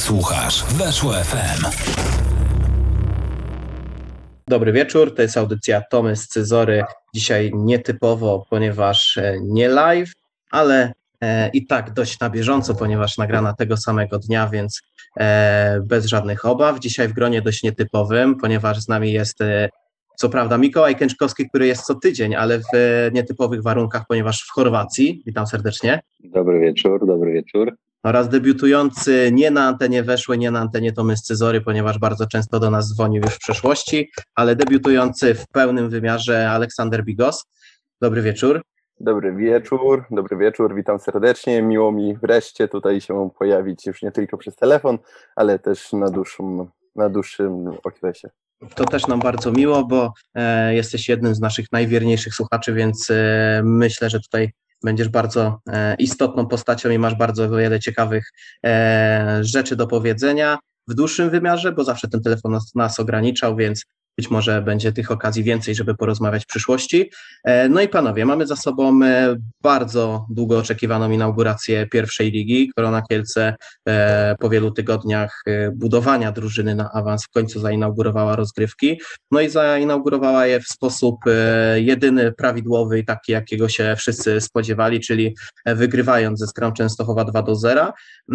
Słuchasz Weszło FM. Dobry wieczór, to jest audycja Tomy z Cyzory. Dzisiaj nietypowo, ponieważ nie live, ale i tak dość na bieżąco, ponieważ nagrana tego samego dnia, więc bez żadnych obaw. Dzisiaj w gronie dość nietypowym, ponieważ z nami jest co prawda Mikołaj Kęczkowski, który jest co tydzień, ale w nietypowych warunkach, ponieważ w Chorwacji. Witam serdecznie. Dobry wieczór. Oraz debiutujący nie na antenie Weszło, nie na antenie Tomy z Cyzory, ponieważ bardzo często do nas dzwonił już w przeszłości, ale debiutujący w pełnym wymiarze Aleksander Bigos. Dobry wieczór. Dobry wieczór, witam serdecznie. Miło mi wreszcie tutaj się pojawić już nie tylko przez telefon, ale też na dłuższym okresie. To też nam bardzo miło, bo jesteś jednym z naszych najwierniejszych słuchaczy, więc myślę, że tutaj będziesz bardzo istotną postacią i masz bardzo wiele ciekawych rzeczy do powiedzenia w dłuższym wymiarze, bo zawsze ten telefon nas ograniczał, więc być może będzie tych okazji więcej, żeby porozmawiać w przyszłości. No i panowie, mamy za sobą bardzo długo oczekiwaną inaugurację pierwszej ligi. Korona Kielce po wielu tygodniach budowania drużyny na awans w końcu zainaugurowała rozgrywki. No i zainaugurowała je w sposób jedyny, prawidłowy i taki, jakiego się wszyscy spodziewali, czyli wygrywając ze Skrą Częstochowa 2-0.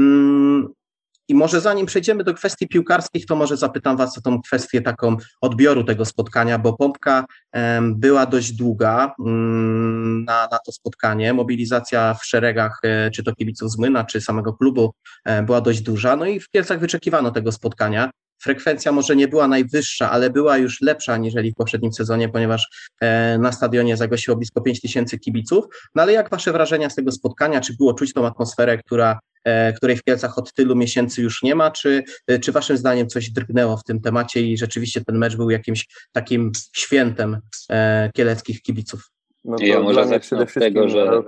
I może zanim przejdziemy do kwestii piłkarskich, to może zapytam was o tą kwestię taką odbioru tego spotkania, bo pompka była dość długa na to spotkanie. Mobilizacja w szeregach czy to kibiców z Młyna, czy samego klubu była dość duża. No i w Kielcach wyczekiwano tego spotkania. Frekwencja może nie była najwyższa, ale była już lepsza aniżeli w poprzednim sezonie, ponieważ na stadionie zagościło blisko 5000 kibiców. No ale jak wasze wrażenia z tego spotkania? Czy było czuć tą atmosferę, której w Kielcach od tylu miesięcy już nie ma? Czy waszym zdaniem coś drgnęło w tym temacie i rzeczywiście ten mecz był jakimś takim świętem kieleckich kibiców? No to ja może zacznę od tego, że...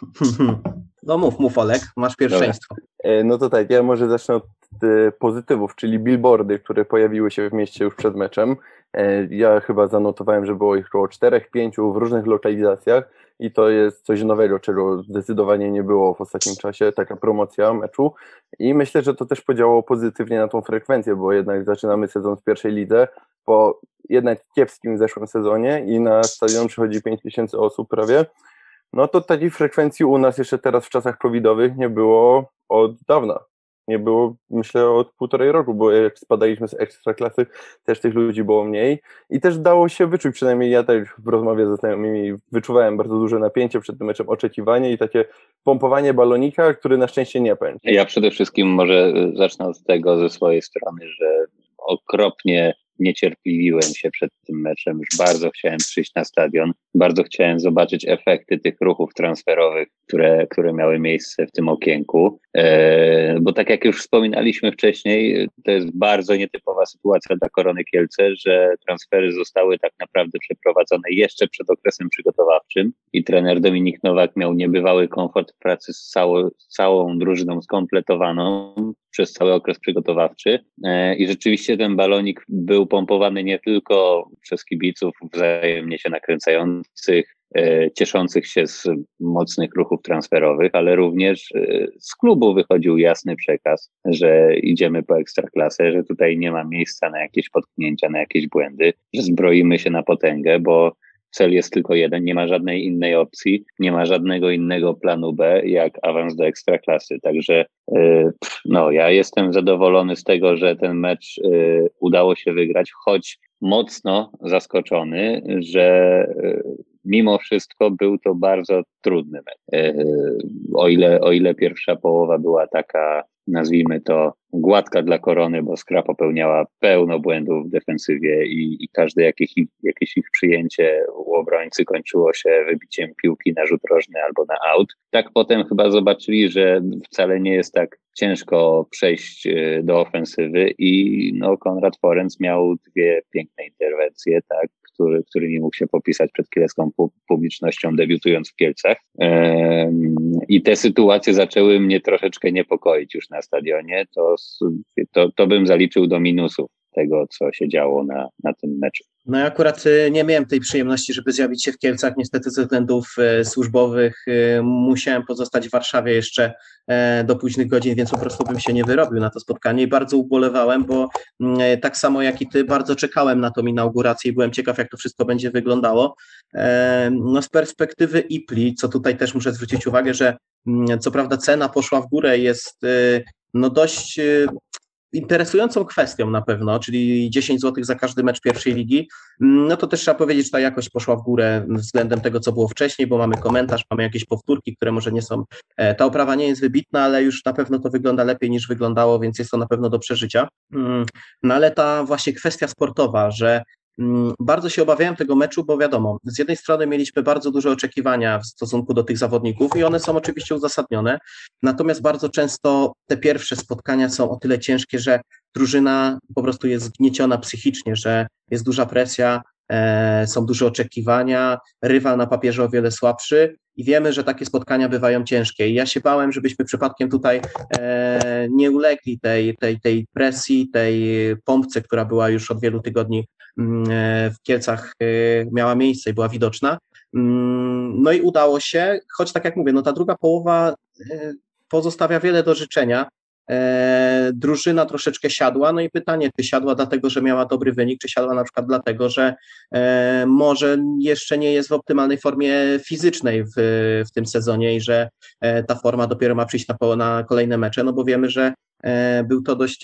No mów Olek, masz pierwszeństwo. No to tak, ja może zacznę od pozytywów, czyli billboardy, które pojawiły się w mieście już przed meczem. Ja chyba zanotowałem, że było ich około 4-5 w różnych lokalizacjach i to jest coś nowego, czego zdecydowanie nie było w ostatnim czasie, taka promocja meczu i myślę, że to też podziałało pozytywnie na tą frekwencję, bo jednak zaczynamy sezon w pierwszej lidze po jednak kiepskim zeszłym sezonie i na stadion przychodzi 5000 osób prawie. No to takiej frekwencji u nas jeszcze teraz w czasach covidowych nie było od dawna. Nie było, myślę, od 1,5 roku, bo jak spadaliśmy z ekstraklasy, też tych ludzi było mniej i też dało się wyczuć, przynajmniej ja tak w rozmowie ze znajomymi wyczuwałem bardzo duże napięcie przed tym meczem, oczekiwanie i takie pompowanie balonika, który na szczęście nie pędzi. Ja przede wszystkim może zacznę od tego ze swojej strony, że okropnie niecierpliwiłem się przed tym meczem, już bardzo chciałem przyjść na stadion, bardzo chciałem zobaczyć efekty tych ruchów transferowych, które miały miejsce w tym okienku, bo tak jak już wspominaliśmy wcześniej, to jest bardzo nietypowa sytuacja dla Korony Kielce, że transfery zostały tak naprawdę przeprowadzone jeszcze przed okresem przygotowawczym i trener Dominik Nowak miał niebywały komfort pracy z całą drużyną skompletowaną przez cały okres przygotowawczy i rzeczywiście ten balonik był pompowany nie tylko przez kibiców wzajemnie się nakręcających, cieszących się z mocnych ruchów transferowych, ale również z klubu wychodził jasny przekaz, że idziemy po ekstraklasę, że tutaj nie ma miejsca na jakieś potknięcia, na jakieś błędy, że zbroimy się na potęgę, bo cel jest tylko jeden, nie ma żadnej innej opcji, nie ma żadnego innego planu B jak awans do ekstraklasy. Także ja jestem zadowolony z tego, że ten mecz udało się wygrać, choć mocno zaskoczony, że mimo wszystko był to bardzo trudny mecz. O ile pierwsza połowa była taka, nazwijmy to, gładka dla Korony, bo Skra popełniała pełno błędów w defensywie i każde jakieś ich przyjęcie u obrońcy kończyło się wybiciem piłki na rzut rożny albo na aut. Tak potem chyba zobaczyli, że wcale nie jest tak ciężko przejść do ofensywy i Konrad Forenc miał 2 piękne interwencje, tak, którymi mógł się popisać przed kielecką publicznością, debiutując w Kielcach. I te sytuacje zaczęły mnie troszeczkę niepokoić już na stadionie. To bym zaliczył do minusów tego, co się działo na tym meczu. No ja akurat nie miałem tej przyjemności, żeby zjawić się w Kielcach. Niestety ze względów służbowych musiałem pozostać w Warszawie jeszcze do późnych godzin, więc po prostu bym się nie wyrobił na to spotkanie i bardzo ubolewałem, bo tak samo jak i ty, bardzo czekałem na tą inaugurację i byłem ciekaw, jak to wszystko będzie wyglądało. No z perspektywy IPLI, co tutaj też muszę zwrócić uwagę, że co prawda cena poszła w górę, jest no dość interesującą kwestią na pewno, czyli 10 zł za każdy mecz pierwszej ligi, no to też trzeba powiedzieć, że ta jakość poszła w górę względem tego, co było wcześniej, bo mamy komentarz, mamy jakieś powtórki, które może nie są, ta oprawa nie jest wybitna, ale już na pewno to wygląda lepiej niż wyglądało, więc jest to na pewno do przeżycia. No ale ta właśnie kwestia sportowa, że bardzo się obawiałem tego meczu, bo wiadomo, z jednej strony mieliśmy bardzo duże oczekiwania w stosunku do tych zawodników i one są oczywiście uzasadnione, natomiast bardzo często te pierwsze spotkania są o tyle ciężkie, że drużyna po prostu jest zgnieciona psychicznie, że jest duża presja, są duże oczekiwania, rywal na papierze o wiele słabszy i wiemy, że takie spotkania bywają ciężkie. I ja się bałem, żebyśmy przypadkiem tutaj nie ulegli tej presji, tej pompce, która była już od wielu tygodni w Kielcach miała miejsce i była widoczna. No i udało się, choć tak jak mówię, no ta druga połowa pozostawia wiele do życzenia. Drużyna troszeczkę siadła, no i pytanie, czy siadła dlatego, że miała dobry wynik, czy siadła na przykład dlatego, że może jeszcze nie jest w optymalnej formie fizycznej w tym sezonie i że ta forma dopiero ma przyjść na kolejne mecze, no bo wiemy, że był to dość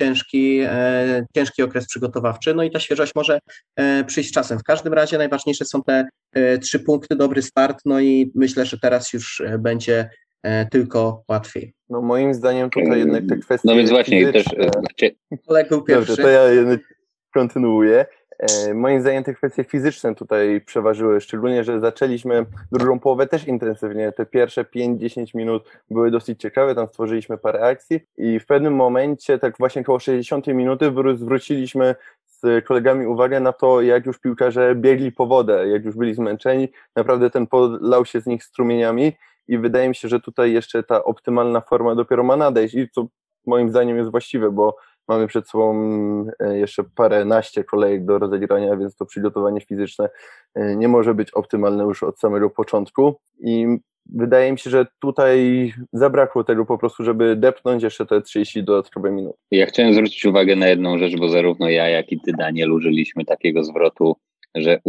ciężki okres przygotowawczy, no i ta świeżość może przyjść czasem. W każdym razie najważniejsze są te 3 punkty, dobry start, no i myślę, że teraz już będzie tylko łatwiej. No moim zdaniem tutaj jednak te kwestie No więc właśnie fizyczne... też... Olek był pierwszy. Dobrze, to ja jednak kontynuuję. Moim zdaniem te kwestie fizyczne tutaj przeważyły, szczególnie, że zaczęliśmy drugą połowę też intensywnie. Te pierwsze 5-10 minut były dosyć ciekawe, tam stworzyliśmy parę akcji i w pewnym momencie, tak właśnie koło 60 minuty zwróciliśmy z kolegami uwagę na to, jak już piłkarze biegli po wodę, jak już byli zmęczeni. Naprawdę ten pot lał się z nich strumieniami i wydaje mi się, że tutaj jeszcze ta optymalna forma dopiero ma nadejść i co moim zdaniem jest właściwe, bo mamy przed sobą jeszcze paręnaście kolejek do rozegrania, więc to przygotowanie fizyczne nie może być optymalne już od samego początku i wydaje mi się, że tutaj zabrakło tego po prostu, żeby depnąć jeszcze te 30 dodatkowe minut. Ja chciałem zwrócić uwagę na jedną rzecz, bo zarówno ja, jak i ty, Daniel, użyliśmy takiego zwrotu, że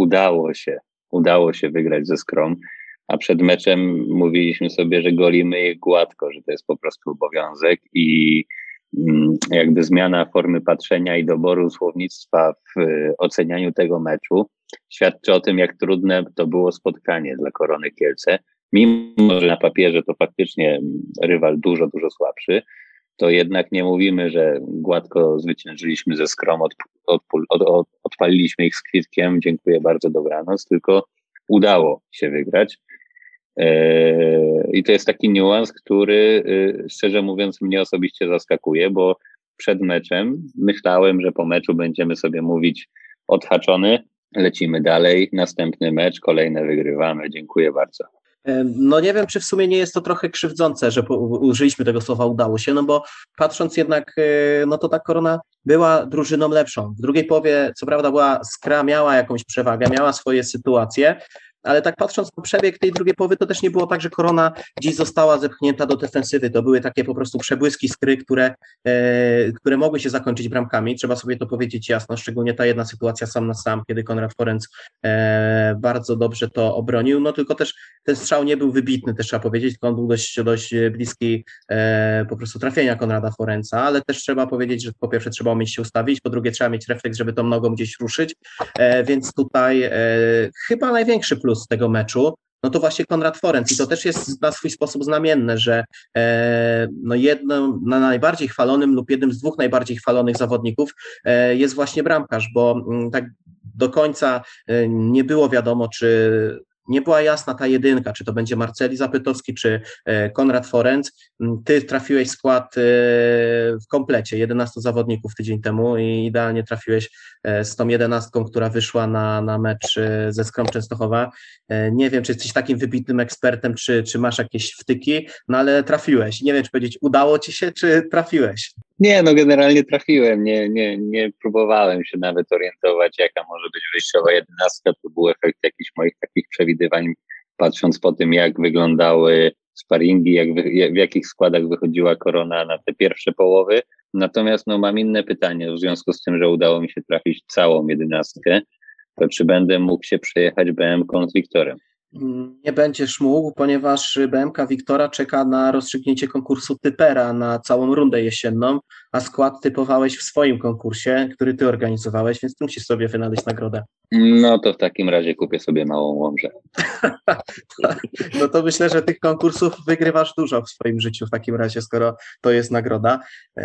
udało się wygrać ze Skrom, a przed meczem mówiliśmy sobie, że golimy ich gładko, że to jest po prostu obowiązek i jakby zmiana formy patrzenia i doboru słownictwa w ocenianiu tego meczu świadczy o tym, jak trudne to było spotkanie dla Korony Kielce. Mimo że na papierze to faktycznie rywal dużo słabszy, to jednak nie mówimy, że gładko zwyciężyliśmy ze Skrom, odpaliliśmy ich z kwitkiem, dziękuję bardzo, dobranoc, tylko udało się wygrać. I to jest taki niuans, który szczerze mówiąc mnie osobiście zaskakuje, bo przed meczem myślałem, że po meczu będziemy sobie mówić odhaczony, lecimy dalej, następny mecz, kolejne wygrywamy, dziękuję bardzo. No nie wiem, czy w sumie nie jest to trochę krzywdzące, że użyliśmy tego słowa udało się, no bo patrząc jednak, no to ta Korona była drużyną lepszą. W drugiej połowie, co prawda Skra miała jakąś przewagę, miała swoje sytuacje, ale tak patrząc na przebieg tej drugiej połowy, to też nie było tak, że Korona gdzieś została zepchnięta do defensywy. To były takie po prostu przebłyski Skry, które mogły się zakończyć bramkami. Trzeba sobie to powiedzieć jasno, szczególnie ta jedna sytuacja sam na sam, kiedy Konrad Forenc bardzo dobrze to obronił. No tylko też ten strzał nie był wybitny, też trzeba powiedzieć, tylko on był dość bliski po prostu trafienia Konrada Forenca, ale też trzeba powiedzieć, że po pierwsze trzeba umieć się ustawić, po drugie trzeba mieć refleks, żeby tą nogą gdzieś ruszyć, więc tutaj chyba największy plus tego meczu, no to właśnie Konrad Forenc i to też jest na swój sposób znamienne, że no jednym na najbardziej chwalonym lub jednym z 2 najbardziej chwalonych zawodników jest właśnie bramkarz, bo tak do końca nie było wiadomo, czy nie była jasna ta jedynka, czy to będzie Marceli Zapytowski, czy Konrad Forenc. Ty trafiłeś w skład w komplecie, 11 zawodników tydzień temu i idealnie trafiłeś z tą 11, która wyszła na mecz ze Skrom Częstochowa. Nie wiem, czy jesteś takim wybitnym ekspertem, czy masz jakieś wtyki, no ale trafiłeś. Nie wiem, czy powiedzieć, udało ci się, czy trafiłeś? Nie, no generalnie trafiłem, nie próbowałem się nawet orientować, jaka może być wyjściowa 11, to był efekt jakichś moich takich przewidywań, patrząc po tym, jak wyglądały sparingi, w jakich składach wychodziła Korona na te pierwsze połowy. Natomiast no, mam inne pytanie, w związku z tym, że udało mi się trafić całą 11, to czy będę mógł się przejechać BM-ką z Wiktorem? Nie będziesz mógł, ponieważ BMK Wiktora czeka na rozstrzygnięcie konkursu typera na całą rundę jesienną, a skład typowałeś w swoim konkursie, który ty organizowałeś, więc tu musisz sobie wynaleźć nagrodę. No to w takim razie kupię sobie małą Łomżę. No to myślę, że tych konkursów wygrywasz dużo w swoim życiu w takim razie, skoro to jest nagroda.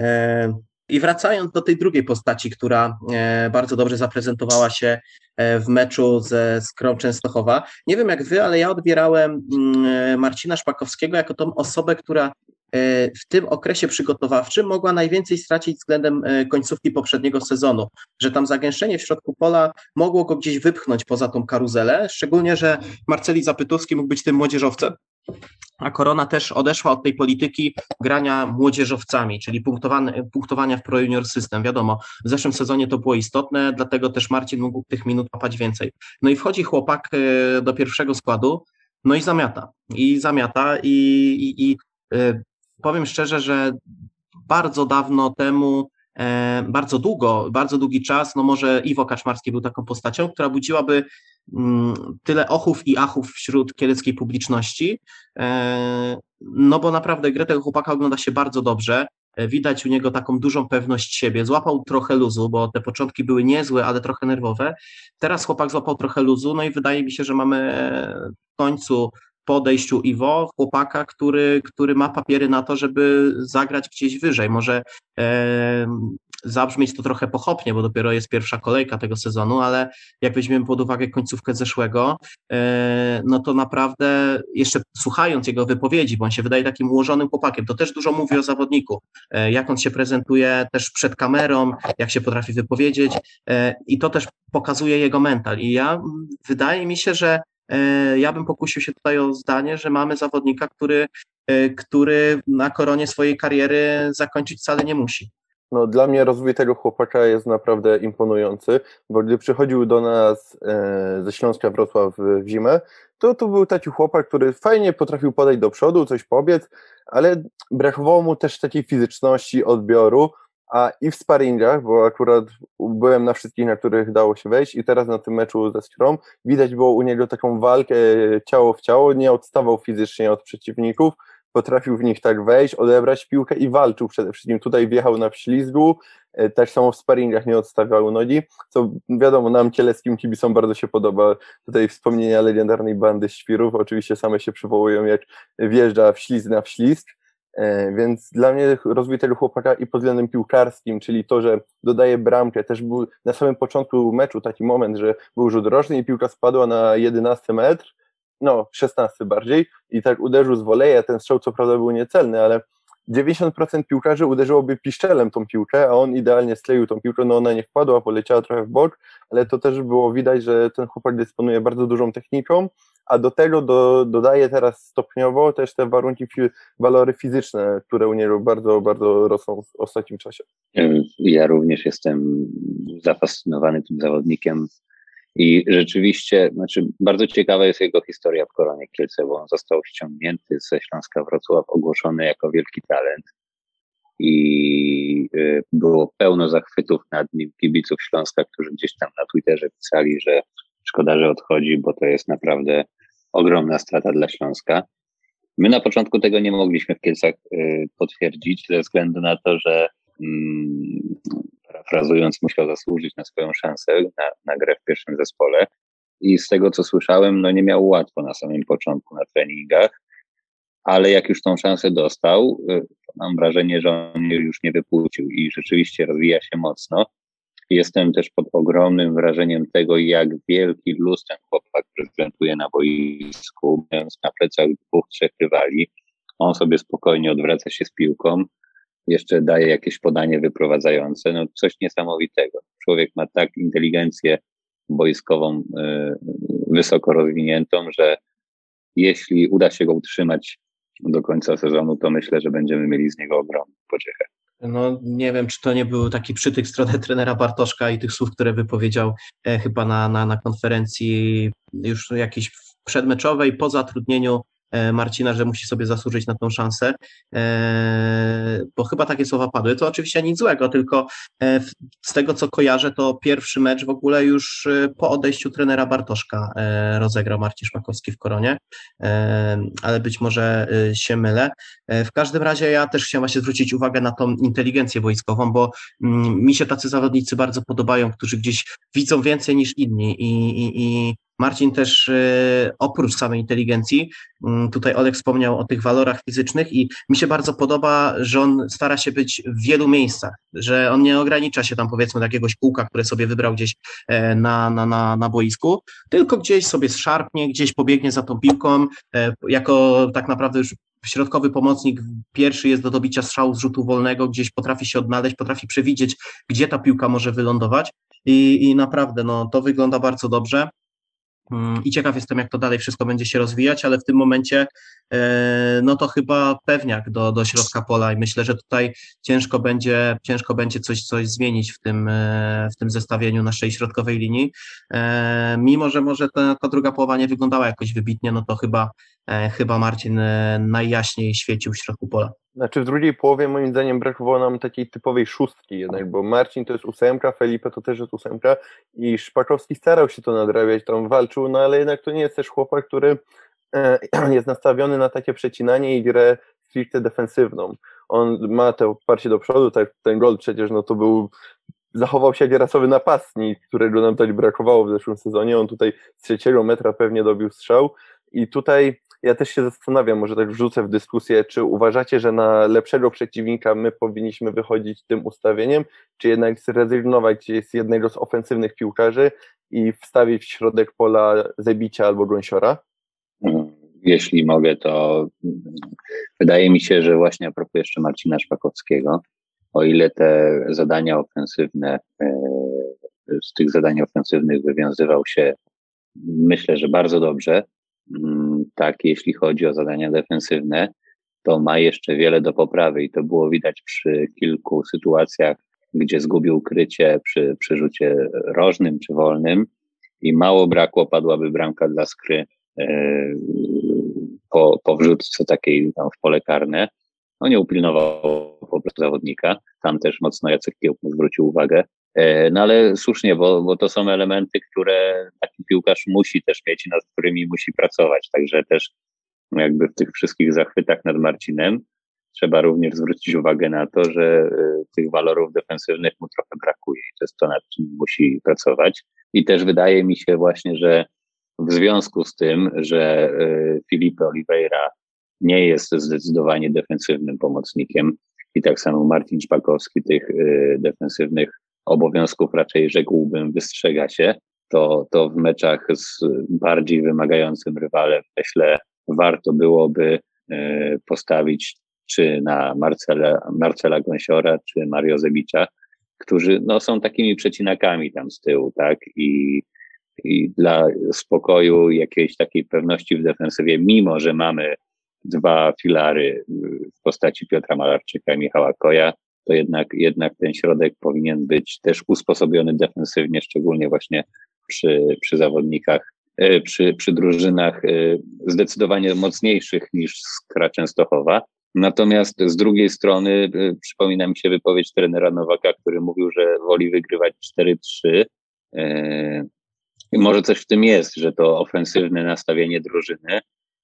I wracając do tej drugiej postaci, która bardzo dobrze zaprezentowała się w meczu ze Skrą Częstochowa. Nie wiem jak wy, ale ja odbierałem Marcina Szpakowskiego jako tą osobę, która w tym okresie przygotowawczym mogła najwięcej stracić względem końcówki poprzedniego sezonu, że tam zagęszczenie w środku pola mogło go gdzieś wypchnąć poza tą karuzelę, szczególnie, że Marceli Zapytowski mógł być tym młodzieżowcem, a Korona też odeszła od tej polityki grania młodzieżowcami, czyli punktowania w Pro Junior System. Wiadomo, w zeszłym sezonie to było istotne, dlatego też Marcin mógł tych minut łapać więcej. No i wchodzi chłopak do pierwszego składu, no i zamiata i powiem szczerze, że bardzo dawno temu, bardzo długi czas, no może Iwo Kaczmarski był taką postacią, która budziłaby tyle ochów i achów wśród kieleckiej publiczności, no bo naprawdę grę tego chłopaka ogląda się bardzo dobrze, widać u niego taką dużą pewność siebie, złapał trochę luzu, bo te początki były niezłe, ale trochę nerwowe, teraz chłopak złapał trochę luzu, no i wydaje mi się, że mamy w końcu po odejściu Iwo chłopaka, który ma papiery na to, żeby zagrać gdzieś wyżej, może zabrzmieć to trochę pochopnie, bo dopiero jest pierwsza kolejka tego sezonu, ale jak weźmiemy pod uwagę końcówkę zeszłego, no to naprawdę jeszcze słuchając jego wypowiedzi, bo on się wydaje takim ułożonym chłopakiem, to też dużo mówi o zawodniku, jak on się prezentuje też przed kamerą, jak się potrafi wypowiedzieć i to też pokazuje jego mental i wydaje mi się, że ja bym pokusił się tutaj o zdanie, że mamy zawodnika, który na Koronie swojej kariery zakończyć wcale nie musi. No, dla mnie rozwój tego chłopaka jest naprawdę imponujący, bo gdy przychodził do nas ze Śląska Wrocław w zimę, to był taki chłopak, który fajnie potrafił podejść do przodu, coś pobiec, ale brakowało mu też takiej fizyczności, odbioru, a i w sparingach, bo akurat byłem na wszystkich, na których dało się wejść i teraz na tym meczu ze Skrą widać było u niego taką walkę ciało w ciało, nie odstawał fizycznie od przeciwników, potrafił w nich tak wejść, odebrać piłkę i walczył przede wszystkim. Tutaj wjechał na wślizgu, tak samo w sparingach nie odstawiał nogi, co wiadomo, nam kieleckim kibicom bardzo się podoba. Tutaj wspomnienia legendarnej bandy Świrów, oczywiście same się przywołują, jak wjeżdża wślizg na wślizg, więc dla mnie rozwój tego chłopaka i pod względem piłkarskim, czyli to, że dodaje bramkę, też był na samym początku meczu taki moment, że był rzut rożny i piłka spadła na 11 metr, no 16 bardziej i tak uderzył z woleja, ten strzał co prawda był niecelny, ale 90% piłkarzy uderzyłoby piszczelem tą piłkę, a on idealnie skleił tą piłkę, no ona nie wpadła, poleciała trochę w bok, ale to też było widać, że ten chłopak dysponuje bardzo dużą techniką, a do tego dodaje teraz stopniowo też te walory fizyczne, które u niego bardzo, bardzo rosną w ostatnim czasie. Ja również jestem zafascynowany tym zawodnikiem i rzeczywiście, bardzo ciekawa jest jego historia w Koronie Kielce, bo on został ściągnięty ze Śląska Wrocław, ogłoszony jako wielki talent i było pełno zachwytów nad nim kibiców Śląska, którzy gdzieś tam na Twitterze pisali, że szkoda, że odchodzi, bo to jest naprawdę ogromna strata dla Śląska. My na początku tego nie mogliśmy w Kielcach potwierdzić ze względu na to, że parafrazując, musiał zasłużyć na swoją szansę na grę w pierwszym zespole i z tego co słyszałem, no nie miał łatwo na samym początku na treningach, ale jak już tą szansę dostał, to mam wrażenie, że on już nie wypłucił i rzeczywiście rozwija się mocno. Jestem też pod ogromnym wrażeniem tego, jak wielki luz ten chłopak prezentuje na boisku, mając na plecach 2-3 rywali. On sobie spokojnie odwraca się z piłką, jeszcze daje jakieś podanie wyprowadzające, no coś niesamowitego. Człowiek ma tak inteligencję boiskową wysoko rozwiniętą, że jeśli uda się go utrzymać do końca sezonu, to myślę, że będziemy mieli z niego ogromną pociechę. No nie wiem, czy to nie był taki przytyk w stronę trenera Bartoszka i tych słów, które wypowiedział chyba na konferencji już jakiejś przedmeczowej po zatrudnieniu Marcina, że musi sobie zasłużyć na tą szansę, bo chyba takie słowa padły. To oczywiście nic złego, tylko z tego, co kojarzę, to pierwszy mecz w ogóle już po odejściu trenera Bartoszka rozegrał Marcin Szpakowski w Koronie, ale być może się mylę. W każdym razie ja też chciałem właśnie zwrócić uwagę na tą inteligencję wojskową, bo mi się tacy zawodnicy bardzo podobają, którzy gdzieś widzą więcej niż inni i Marcin też oprócz samej inteligencji, tutaj Olek wspomniał o tych walorach fizycznych i mi się bardzo podoba, że on stara się być w wielu miejscach, że on nie ogranicza się tam powiedzmy do jakiegoś kółka, które sobie wybrał gdzieś na boisku, tylko gdzieś sobie zszarpnie, gdzieś pobiegnie za tą piłką, jako tak naprawdę już środkowy pomocnik pierwszy jest do dobicia strzału z rzutu wolnego, gdzieś potrafi się odnaleźć, potrafi przewidzieć, gdzie ta piłka może wylądować i naprawdę no, to wygląda bardzo dobrze. I ciekaw jestem, jak to dalej wszystko będzie się rozwijać, ale w tym momencie no to chyba pewniak do środka pola i myślę, że tutaj ciężko będzie coś zmienić w tym zestawieniu naszej środkowej linii. Mimo że może ta druga połowa nie wyglądała jakoś wybitnie, no to chyba Marcin najjaśniej świecił w środku pola. Znaczy w drugiej połowie moim zdaniem brakowało nam takiej typowej szóstki jednak, bo Marcin to jest 8, Felipe to też jest 8 i Szpakowski starał się to nadrabiać, tam walczył, no ale jednak to nie jest też chłopak, który jest nastawiony na takie przecinanie i grę stricte defensywną. On ma to oparcie do przodu, tak ten gol przecież no to był, zachował się jak rasowy napastnik, którego nam tak brakowało w zeszłym sezonie, on tutaj z 3 metra pewnie dobił strzał i tutaj ja też się zastanawiam, może tak wrzucę w dyskusję, czy uważacie, że na lepszego przeciwnika my powinniśmy wychodzić tym ustawieniem, czy jednak zrezygnować z jednego z ofensywnych piłkarzy i wstawić w środek pola Zebicia albo Gąsiora? Jeśli mogę, to wydaje mi się, że właśnie a propos jeszcze Marcina Szpakowskiego, o ile te zadania ofensywne, z tych zadań ofensywnych wywiązywał się, myślę, że bardzo dobrze, tak, jeśli chodzi o zadania defensywne, to ma jeszcze wiele do poprawy i to było widać przy kilku sytuacjach, gdzie zgubił krycie przy rzucie rożnym czy wolnym i mało brakło, padłaby bramka dla Skry po wrzutce takiej tam w pole karne. No nie upilnował po prostu zawodnika. Tam też mocno Jacek Kiełk zwrócił uwagę. No ale słusznie, bo to są elementy, które taki piłkarz musi też mieć i nad którymi musi pracować. Także też jakby w tych wszystkich zachwytach nad Marcinem trzeba również zwrócić uwagę na to, że tych walorów defensywnych mu trochę brakuje i to jest to, nad czym musi pracować. I też wydaje mi się właśnie, że w związku z tym, że Filipe Oliveira nie jest zdecydowanie defensywnym pomocnikiem i tak samo Marcin Szpakowski tych defensywnych obowiązków raczej rzekłbym wystrzega się, to w meczach z bardziej wymagającym rywalem myślę warto byłoby postawić czy na Marcela Gąsiora, czy Mario Zebicza, którzy no, są takimi przecinakami tam z tyłu, tak? I dla spokoju, jakiejś takiej pewności w defensywie, mimo że mamy dwa filary w postaci Piotra Malarczyka i Michała Koja, to jednak ten środek powinien być też usposobiony defensywnie, szczególnie właśnie przy zawodnikach, przy drużynach zdecydowanie mocniejszych niż Skra Częstochowa. Natomiast z drugiej strony przypomina mi się wypowiedź trenera Nowaka, który mówił, że woli wygrywać 4-3. Może coś w tym jest, że to ofensywne nastawienie drużyny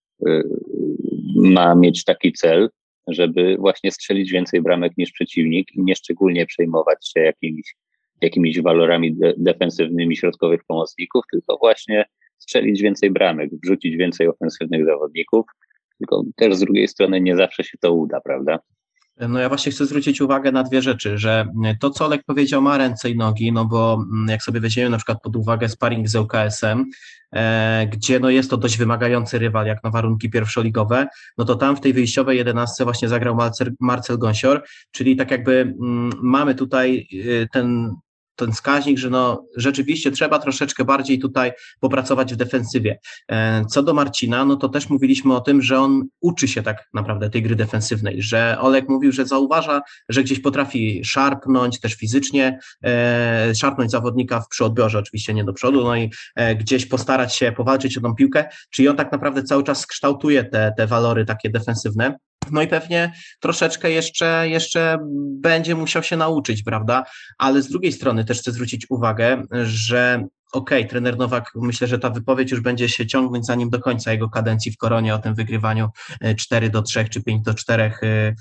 ma mieć taki cel, żeby właśnie strzelić więcej bramek niż przeciwnik i nie szczególnie przejmować się jakimiś walorami defensywnymi środkowych pomocników, tylko właśnie strzelić więcej bramek, wrzucić więcej ofensywnych zawodników, tylko też z drugiej strony nie zawsze się to uda, prawda? No ja właśnie chcę zwrócić uwagę na dwie rzeczy, że to, co Olek powiedział, ma ręce i nogi, no bo jak sobie weźmiemy na przykład pod uwagę sparring z ŁKS-em, gdzie no jest to dość wymagający rywal jak na warunki pierwszoligowe, no to tam w tej wyjściowej 11 właśnie zagrał Marcel Gąsior, czyli tak jakby mamy tutaj ten wskaźnik, że no rzeczywiście trzeba troszeczkę bardziej tutaj popracować w defensywie. Co do Marcina, no to też mówiliśmy o tym, że on uczy się tak naprawdę tej gry defensywnej, że Olek mówił, że zauważa, że gdzieś potrafi szarpnąć też fizycznie, szarpnąć zawodnika przy odbiorze, oczywiście nie do przodu, no i gdzieś postarać się powalczyć o tą piłkę, czyli on tak naprawdę cały czas kształtuje te walory takie defensywne. No i pewnie troszeczkę jeszcze będzie musiał się nauczyć, prawda? Ale z drugiej strony też chcę zwrócić uwagę, że trener Nowak, myślę, że ta wypowiedź już będzie się ciągnąć zanim do końca jego kadencji w Koronie o tym wygrywaniu 4-3 czy 5-4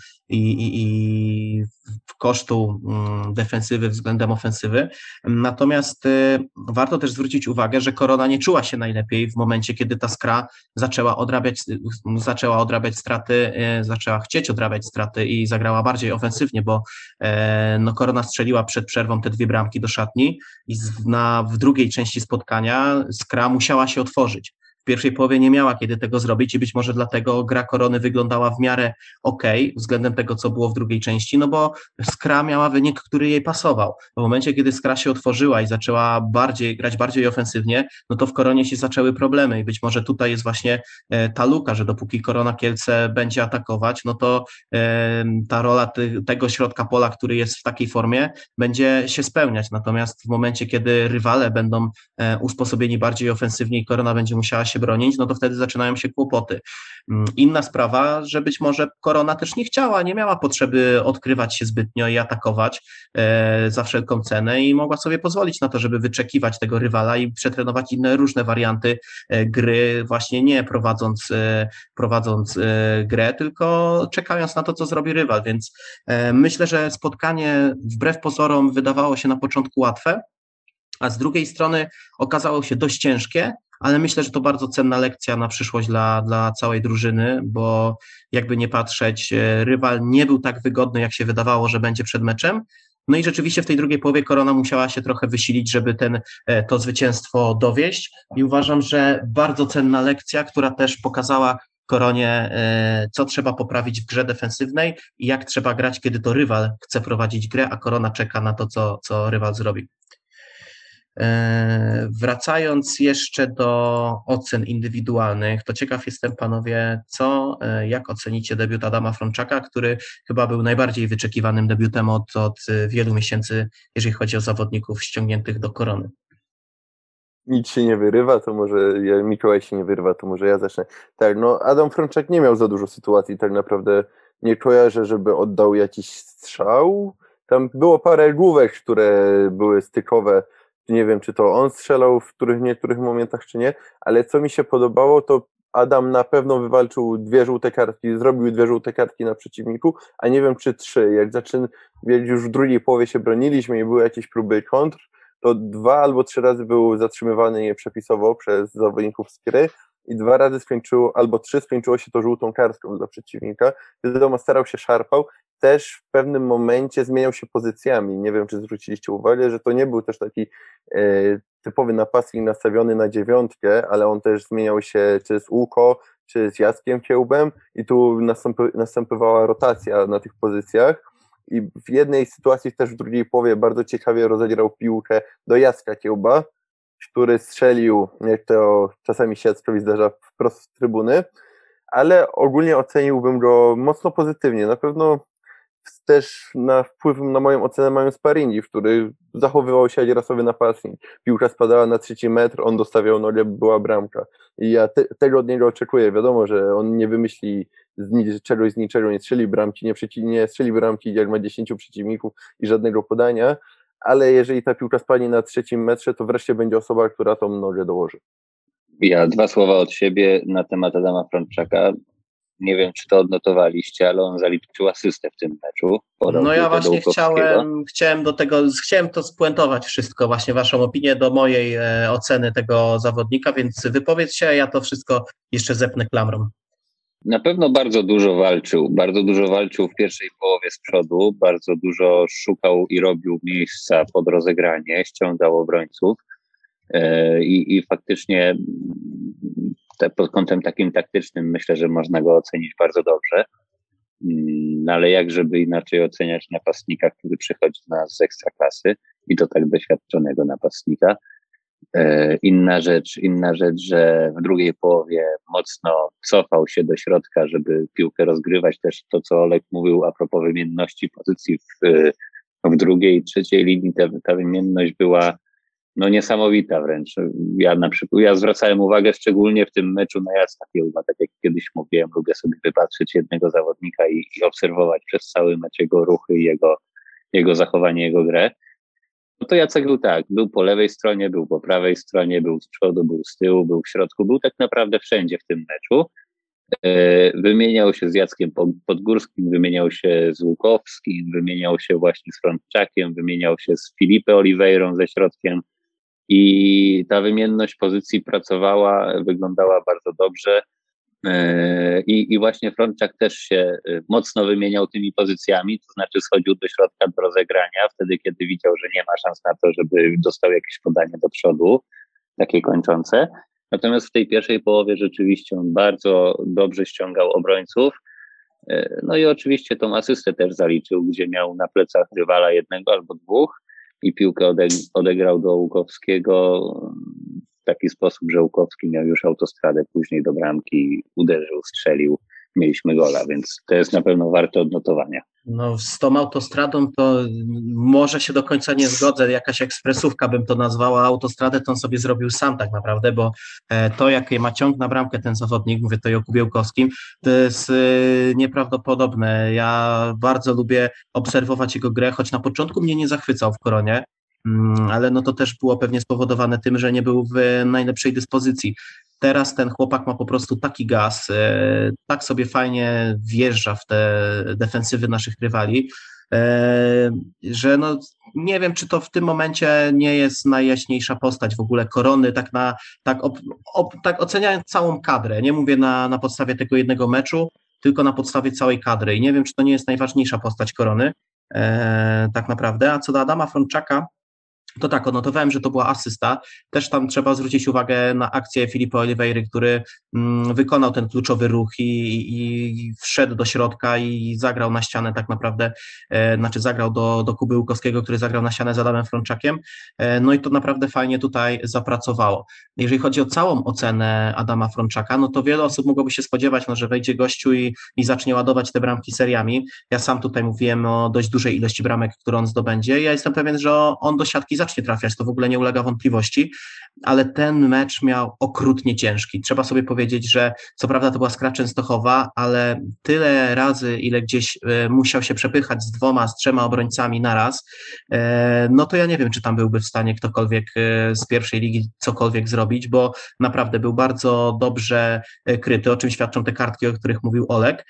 i w kosztu defensywy względem ofensywy. Natomiast warto też zwrócić uwagę, że Korona nie czuła się najlepiej w momencie, kiedy ta Skra zaczęła odrabiać straty, zaczęła chcieć odrabiać straty i zagrała bardziej ofensywnie, bo Korona strzeliła przed przerwą te 2 bramki do szatni i w drugiej części spotkania Skra musiała się otworzyć. W pierwszej połowie nie miała kiedy tego zrobić i być może dlatego gra Korony wyglądała w miarę okej względem tego, co było w drugiej części, no bo Skra miała wynik, który jej pasował. W momencie, kiedy Skra się otworzyła i zaczęła grać bardziej ofensywnie, no to w Koronie się zaczęły problemy i być może tutaj jest właśnie ta luka, że dopóki Korona Kielce będzie atakować, no to ta rola tego środka pola, który jest w takiej formie, będzie się spełniać. Natomiast w momencie, kiedy rywale będą usposobieni bardziej ofensywnie i Korona będzie musiała się bronić, no to wtedy zaczynają się kłopoty. Inna sprawa, że być może Korona też nie miała potrzeby odkrywać się zbytnio i atakować za wszelką cenę i mogła sobie pozwolić na to, żeby wyczekiwać tego rywala i przetrenować inne różne warianty gry, właśnie nie prowadząc grę, tylko czekając na to, co zrobi rywal, więc myślę, że spotkanie wbrew pozorom wydawało się na początku łatwe, a z drugiej strony okazało się dość ciężkie, ale myślę, że to bardzo cenna lekcja na przyszłość dla całej drużyny, bo jakby nie patrzeć, rywal nie był tak wygodny, jak się wydawało, że będzie przed meczem. No i rzeczywiście w tej drugiej połowie Korona musiała się trochę wysilić, żeby to zwycięstwo dowieść i uważam, że bardzo cenna lekcja, która też pokazała Koronie, co trzeba poprawić w grze defensywnej i jak trzeba grać, kiedy to rywal chce prowadzić grę, a Korona czeka na to, co rywal zrobi. Wracając jeszcze do ocen indywidualnych, to ciekaw jestem, panowie, jak ocenicie debiut Adama Frączaka, który chyba był najbardziej wyczekiwanym debiutem od wielu miesięcy, jeżeli chodzi o zawodników ściągniętych do Korony. Nic się nie wyrywa, to może Mikołaj się nie wyrywa, to może ja zacznę. Tak, Adam Frączak nie miał za dużo sytuacji, tak naprawdę nie kojarzę, żeby oddał jakiś strzał. Tam było parę główek, które były stykowe. Nie wiem, czy to on strzelał w niektórych momentach, czy nie, ale co mi się podobało, to Adam na pewno wywalczył 2 żółte kartki, zrobił 2 żółte kartki na przeciwniku, a nie wiem, czy 3. Jak już w drugiej połowie się broniliśmy i były jakieś próby kontr, to 2 albo 3 razy był zatrzymywany nieprzepisowo przez zawodników Skry i 2 razy albo 3 skończyło się to żółtą kartką dla przeciwnika. Wiadomo, starał się, szarpał. Też w pewnym momencie zmieniał się pozycjami. Nie wiem, czy zwróciliście uwagę, że to nie był też taki typowy napastnik nastawiony na 9, ale on też zmieniał się czy z Łuko, czy z Jackiem Kiełbem i tu następowała rotacja na tych pozycjach. I w jednej sytuacji też w drugiej połowie bardzo ciekawie rozegrał piłkę do Jacka Kiełba, który strzelił, jak to czasami się Jackowi zdarza, wprost z trybuny, ale ogólnie oceniłbym go mocno pozytywnie. Na pewno też wpływ na moją ocenę mają sparingi, w których zachowywał się jak rasowy napastnik. Piłka spadała na 3 metr, on dostawiał nogę, była bramka. I ja tego od niego oczekuję. Wiadomo, że on nie wymyśli czegoś z niczego, nie strzeli bramki, nie strzeli bramki, jak ma 10 przeciwników i żadnego podania, ale jeżeli ta piłka spadnie na 3 metrze, to wreszcie będzie osoba, która tą nogę dołoży. Ja 2 słowa od siebie na temat Adama Frączaka. Nie wiem, czy to odnotowaliście, ale on zaliczył asystę w tym meczu. No ja właśnie chciałem to spuentować wszystko, właśnie waszą opinię do mojej oceny tego zawodnika, więc wypowiedz się, ja to wszystko jeszcze zepnę klamrą. Na pewno bardzo dużo walczył w pierwszej połowie z przodu, bardzo dużo szukał i robił miejsca pod rozegranie, ściągał obrońców i faktycznie pod kątem takim taktycznym myślę, że można go ocenić bardzo dobrze. No ale jak żeby inaczej oceniać napastnika, który przychodzi do nas z ekstraklasy i to tak doświadczonego napastnika. Inna rzecz, że w drugiej połowie mocno cofał się do środka, żeby piłkę rozgrywać. Też to, co Olek mówił a propos wymienności pozycji w drugiej i trzeciej linii, ta wymienność była niesamowita wręcz. Ja zwracałem uwagę szczególnie w tym meczu na Jasnafield, tak jak kiedyś mówiłem, lubię sobie wypatrzeć jednego zawodnika i obserwować przez cały mecz jego ruchy i jego zachowanie, jego grę. No to Jacek był tak, był po lewej stronie, był po prawej stronie, był z przodu, był z tyłu, był w środku, był tak naprawdę wszędzie w tym meczu. Wymieniał się z Jackiem Podgórskim, wymieniał się z Łukowskim, wymieniał się właśnie z Frączakiem, wymieniał się z Filipe Oliveirą ze środkiem i ta wymienność pozycji wyglądała bardzo dobrze. I właśnie Frączak też się mocno wymieniał tymi pozycjami, to znaczy schodził do środka do rozegrania, wtedy kiedy widział, że nie ma szans na to, żeby dostał jakieś podanie do przodu, takie kończące. Natomiast w tej pierwszej połowie rzeczywiście on bardzo dobrze ściągał obrońców. No i oczywiście tą asystę też zaliczył, gdzie miał na plecach rywala jednego albo dwóch i piłkę odegrał do Łukowskiego w taki sposób, że Łukowski miał już autostradę później do bramki, uderzył, strzelił, mieliśmy gola, więc to jest na pewno warte odnotowania. No z tą autostradą to może się do końca nie zgodzę, jakaś ekspresówka bym to nazwała, autostradę to on sobie zrobił sam tak naprawdę, bo to jakie ma ciąg na bramkę ten zawodnik, mówię to o Jakubie Łukowskim, to jest nieprawdopodobne. Ja bardzo lubię obserwować jego grę, choć na początku mnie nie zachwycał w Koronie, ale no to też było pewnie spowodowane tym, że nie był w najlepszej dyspozycji. Teraz ten chłopak ma po prostu taki gaz, tak sobie fajnie wjeżdża w te defensywy naszych rywali, że no nie wiem, czy to w tym momencie nie jest najjaśniejsza postać w ogóle Korony, tak oceniając całą kadrę, nie mówię na podstawie tego jednego meczu, tylko na podstawie całej kadry i nie wiem, czy to nie jest najważniejsza postać Korony, tak naprawdę, a co do Adama Frączaka, to tak, odnotowałem, że to była asysta. Też tam trzeba zwrócić uwagę na akcję Filipa Oliveiry, który wykonał ten kluczowy ruch i wszedł do środka i zagrał na ścianę tak naprawdę, zagrał do Kuby Łukowskiego, który zagrał na ścianę z Adamem Frączakiem. No i to naprawdę fajnie tutaj zapracowało. Jeżeli chodzi o całą ocenę Adama Frączaka, no to wiele osób mogłoby się spodziewać, że wejdzie gościu i zacznie ładować te bramki seriami. Ja sam tutaj mówiłem o dość dużej ilości bramek, które on zdobędzie. Ja jestem pewien, że on do siatki zacznie trafiać, to w ogóle nie ulega wątpliwości, ale ten mecz miał okrutnie ciężki. Trzeba sobie powiedzieć, że co prawda to była Skra Częstochowa, ale tyle razy, ile gdzieś musiał się przepychać z 2, z 3 obrońcami naraz, no to ja nie wiem, czy tam byłby w stanie ktokolwiek z pierwszej ligi cokolwiek zrobić, bo naprawdę był bardzo dobrze kryty, o czym świadczą te kartki, o których mówił Olek.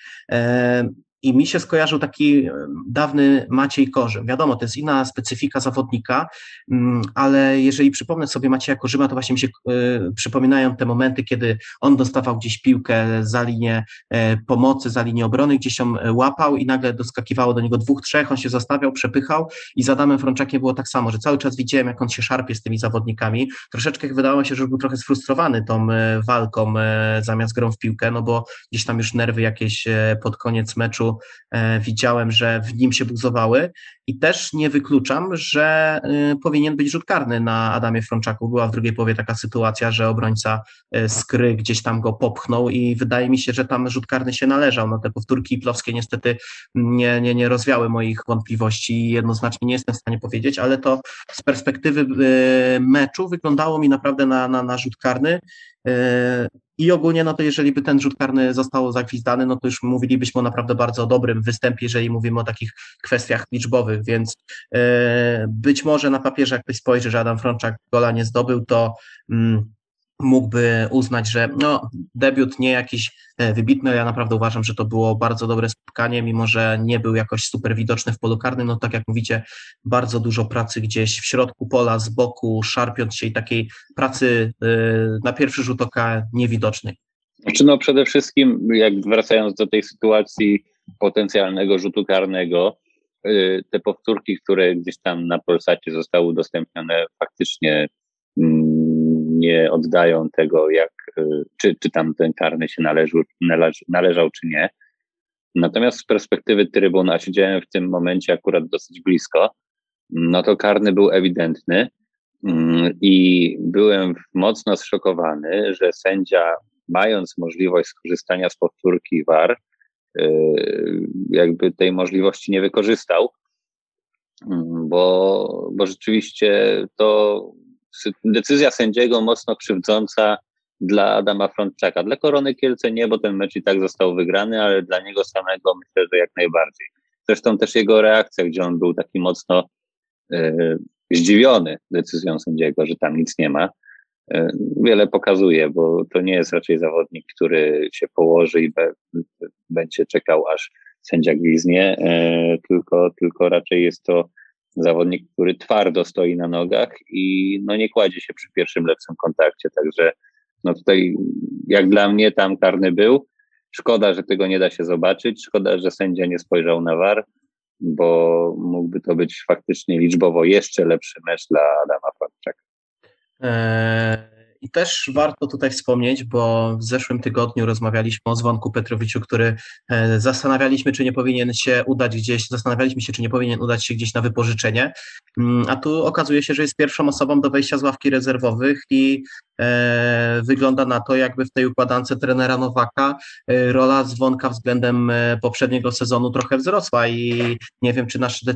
I mi się skojarzył taki dawny Maciej Korzym. Wiadomo, to jest inna specyfika zawodnika, ale jeżeli przypomnę sobie Macieja Korzyma, to właśnie mi się przypominają te momenty, kiedy on dostawał gdzieś piłkę za linię pomocy, za linię obrony, gdzieś ją łapał i nagle doskakiwało do niego 2, 3, on się zastawiał, przepychał i z Adamem Frączakiem było tak samo, że cały czas widziałem, jak on się szarpie z tymi zawodnikami. Troszeczkę wydawało się, że był trochę sfrustrowany tą walką zamiast grą w piłkę, no bo gdzieś tam już nerwy jakieś pod koniec meczu widziałem, że w nim się buzowały i też nie wykluczam, że powinien być rzut karny na Adamie Frączaku. Była w drugiej połowie taka sytuacja, że obrońca Skry gdzieś tam go popchnął i wydaje mi się, że tam rzut karny się należał. No te powtórki iplowskie niestety nie rozwiały moich wątpliwości i jednoznacznie nie jestem w stanie powiedzieć, ale to z perspektywy meczu wyglądało mi naprawdę na rzut karny. I ogólnie, no to jeżeli by ten rzut karny został zagwizdany, no to już mówilibyśmy o naprawdę bardzo dobrym występie, jeżeli mówimy o takich kwestiach liczbowych, więc być może na papierze, jak ktoś spojrzy, że Adam Frączak gola nie zdobył, to mógłby uznać, że no, debiut nie jakiś wybitny, ja naprawdę uważam, że to było bardzo dobre spotkanie, mimo że nie był jakoś super widoczny w polu karnym, no tak jak mówicie, bardzo dużo pracy gdzieś w środku pola, z boku, szarpiąc się i takiej pracy na pierwszy rzut oka niewidocznej. Znaczy no przede wszystkim, jak wracając do tej sytuacji potencjalnego rzutu karnego, te powtórki, które gdzieś tam na Polsacie zostały udostępnione, faktycznie nie oddają tego, czy tam ten karny się należał, czy nie. Natomiast z perspektywy trybun, a siedziałem w tym momencie akurat dosyć blisko, no to karny był ewidentny i byłem mocno zszokowany, że sędzia, mając możliwość skorzystania z powtórki VAR, jakby tej możliwości nie wykorzystał, bo rzeczywiście to decyzja sędziego mocno krzywdząca dla Adama Frączczaka. Dla Korony Kielce nie, bo ten mecz i tak został wygrany, ale dla niego samego myślę, że jak najbardziej. Zresztą też jego reakcja, gdzie on był taki mocno zdziwiony decyzją sędziego, że tam nic nie ma, wiele pokazuje, bo to nie jest raczej zawodnik, który się położy i będzie czekał, aż sędzia gwizdnie, tylko raczej jest to zawodnik, który twardo stoi na nogach i no nie kładzie się przy pierwszym lepszym kontakcie, także no tutaj jak dla mnie tam karny był. Szkoda, że tego nie da się zobaczyć, szkoda, że sędzia nie spojrzał na VAR, bo mógłby to być faktycznie liczbowo jeszcze lepszy mecz dla Adama Frączczaka. I też warto tutaj wspomnieć, bo w zeszłym tygodniu rozmawialiśmy o Zvonku Petrowiczu, który zastanawialiśmy się, czy nie powinien udać się gdzieś na wypożyczenie, a tu okazuje się, że jest pierwszą osobą do wejścia z ławki rezerwowych i wygląda na to, jakby w tej układance trenera Nowaka rola Zvonka względem poprzedniego sezonu trochę wzrosła i nie wiem, czy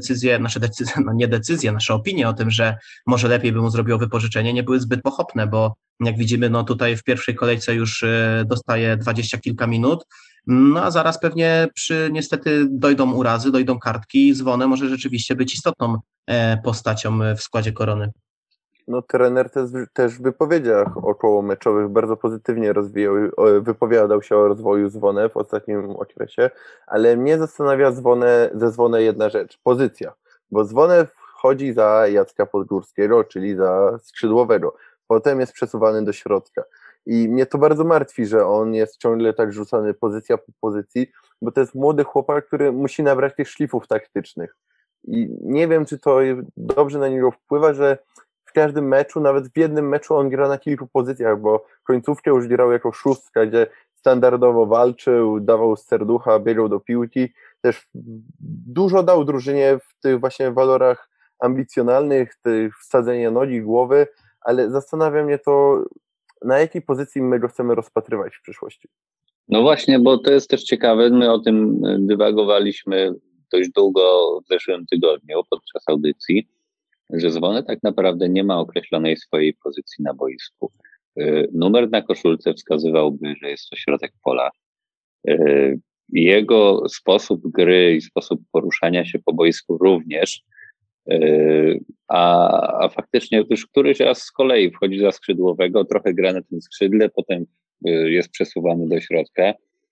nasze opinie o tym, że może lepiej by mu zrobiło wypożyczenie, nie były zbyt pochopne, bo jak widzimy, no tutaj w pierwszej kolejce już dostaje 20 kilka minut, no a zaraz pewnie niestety dojdą urazy, dojdą kartki i Zwone może rzeczywiście być istotną postacią w składzie Korony. No trener też w wypowiedziach okołomeczowych bardzo pozytywnie wypowiadał się o rozwoju Zwone w ostatnim okresie, ale mnie zastanawia ze Zwone jedna rzecz, pozycja, bo Zwone wchodzi za Jacka Podgórskiego, czyli za skrzydłowego, potem jest przesuwany do środka i mnie to bardzo martwi, że on jest ciągle tak rzucany pozycja po pozycji, bo to jest młody chłopak, który musi nabrać tych szlifów taktycznych i nie wiem, czy to dobrze na niego wpływa, że w każdym meczu, nawet w jednym meczu on gra na kilku pozycjach, bo końcówkę już grał jako szóstka, gdzie standardowo walczył, dawał serducha, biegał do piłki, też dużo dał drużynie w tych właśnie walorach ambicjonalnych, tych wsadzenia nogi, głowy, ale zastanawia mnie to, na jakiej pozycji my go chcemy rozpatrywać w przyszłości. No właśnie, bo to jest też ciekawe, my o tym dywagowaliśmy dość długo w zeszłym tygodniu podczas audycji, że Zwone tak naprawdę nie ma określonej swojej pozycji na boisku. Numer na koszulce wskazywałby, że jest to środek pola. Jego sposób gry i sposób poruszania się po boisku również, a faktycznie już któryś raz z kolei wchodzi za skrzydłowego, trochę gra na tym skrzydle, potem jest przesuwany do środka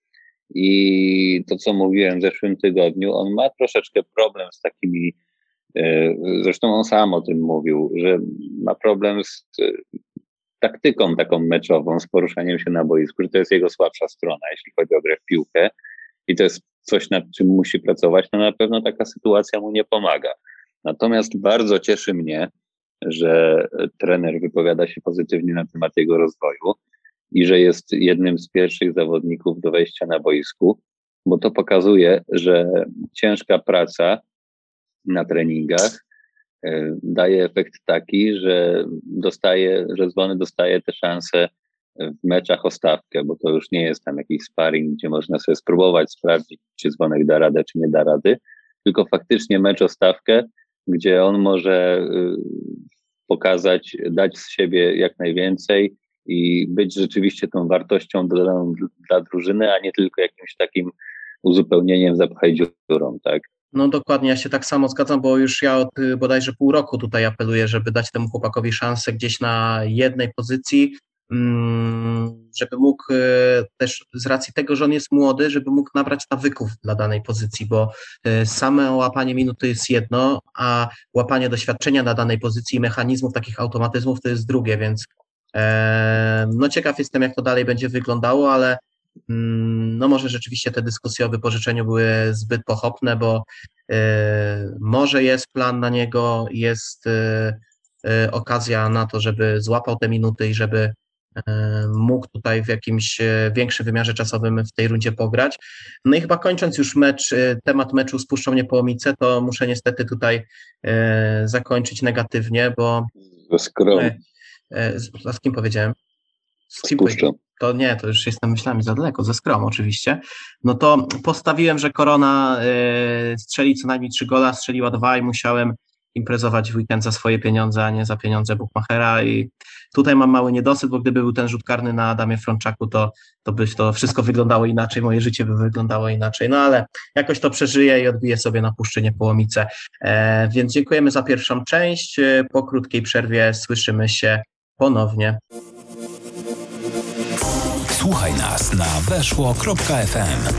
i to, co mówiłem w zeszłym tygodniu, on ma troszeczkę problem z takimi, zresztą on sam o tym mówił, że ma problem z taktyką taką meczową, z poruszaniem się na boisku, że to jest jego słabsza strona, jeśli chodzi o grę w piłkę i to jest coś, nad czym musi pracować, no na pewno taka sytuacja mu nie pomaga. Natomiast bardzo cieszy mnie, że trener wypowiada się pozytywnie na temat jego rozwoju i że jest jednym z pierwszych zawodników do wejścia na boisku, bo to pokazuje, że ciężka praca na treningach daje efekt taki, że Zwony dostaje te szanse w meczach o stawkę, bo to już nie jest tam jakiś sparring, gdzie można sobie spróbować sprawdzić, czy Zwonek da radę, czy nie da rady, tylko faktycznie mecz o stawkę, gdzie on może pokazać, dać z siebie jak najwięcej i być rzeczywiście tą wartością dodaną dla drużyny, a nie tylko jakimś takim uzupełnieniem zapchaj dziurą, tak? No dokładnie, ja się tak samo zgadzam, bo już ja od bodajże pół roku tutaj apeluję, żeby dać temu chłopakowi szansę gdzieś na jednej pozycji, żeby mógł też z racji tego, że on jest młody, żeby mógł nabrać nawyków dla danej pozycji, bo same łapanie minuty jest jedno, a łapanie doświadczenia na danej pozycji, mechanizmów, takich automatyzmów to jest drugie, więc no ciekaw jestem, jak to dalej będzie wyglądało, ale no może rzeczywiście te dyskusje o wypożyczeniu były zbyt pochopne, bo może jest plan na niego, jest okazja na to, żeby złapał te minuty i żeby mógł tutaj w jakimś większym wymiarze czasowym w tej rundzie pograć. No i chyba kończąc już temat meczu z Puszczą Niepołomice, to muszę niestety tutaj zakończyć negatywnie, bo Skrom. z kim powiedziałem? Z kim Puszczą. To nie, to już jestem myślami za daleko, ze Skrom oczywiście. No to postawiłem, że Korona strzeli co najmniej 3 gola, strzeliła 2 i musiałem imprezować w weekend za swoje pieniądze, a nie za pieniądze Bukmachera i tutaj mam mały niedosyt, bo gdyby był ten rzut karny na Adamie Frączaku, to by to wszystko wyglądało inaczej, moje życie by wyglądało inaczej, no ale jakoś to przeżyję i odbiję sobie na Puszczy Niepołomice. Więc dziękujemy za pierwszą część, po krótkiej przerwie słyszymy się ponownie. Słuchaj nas na weszło.fm.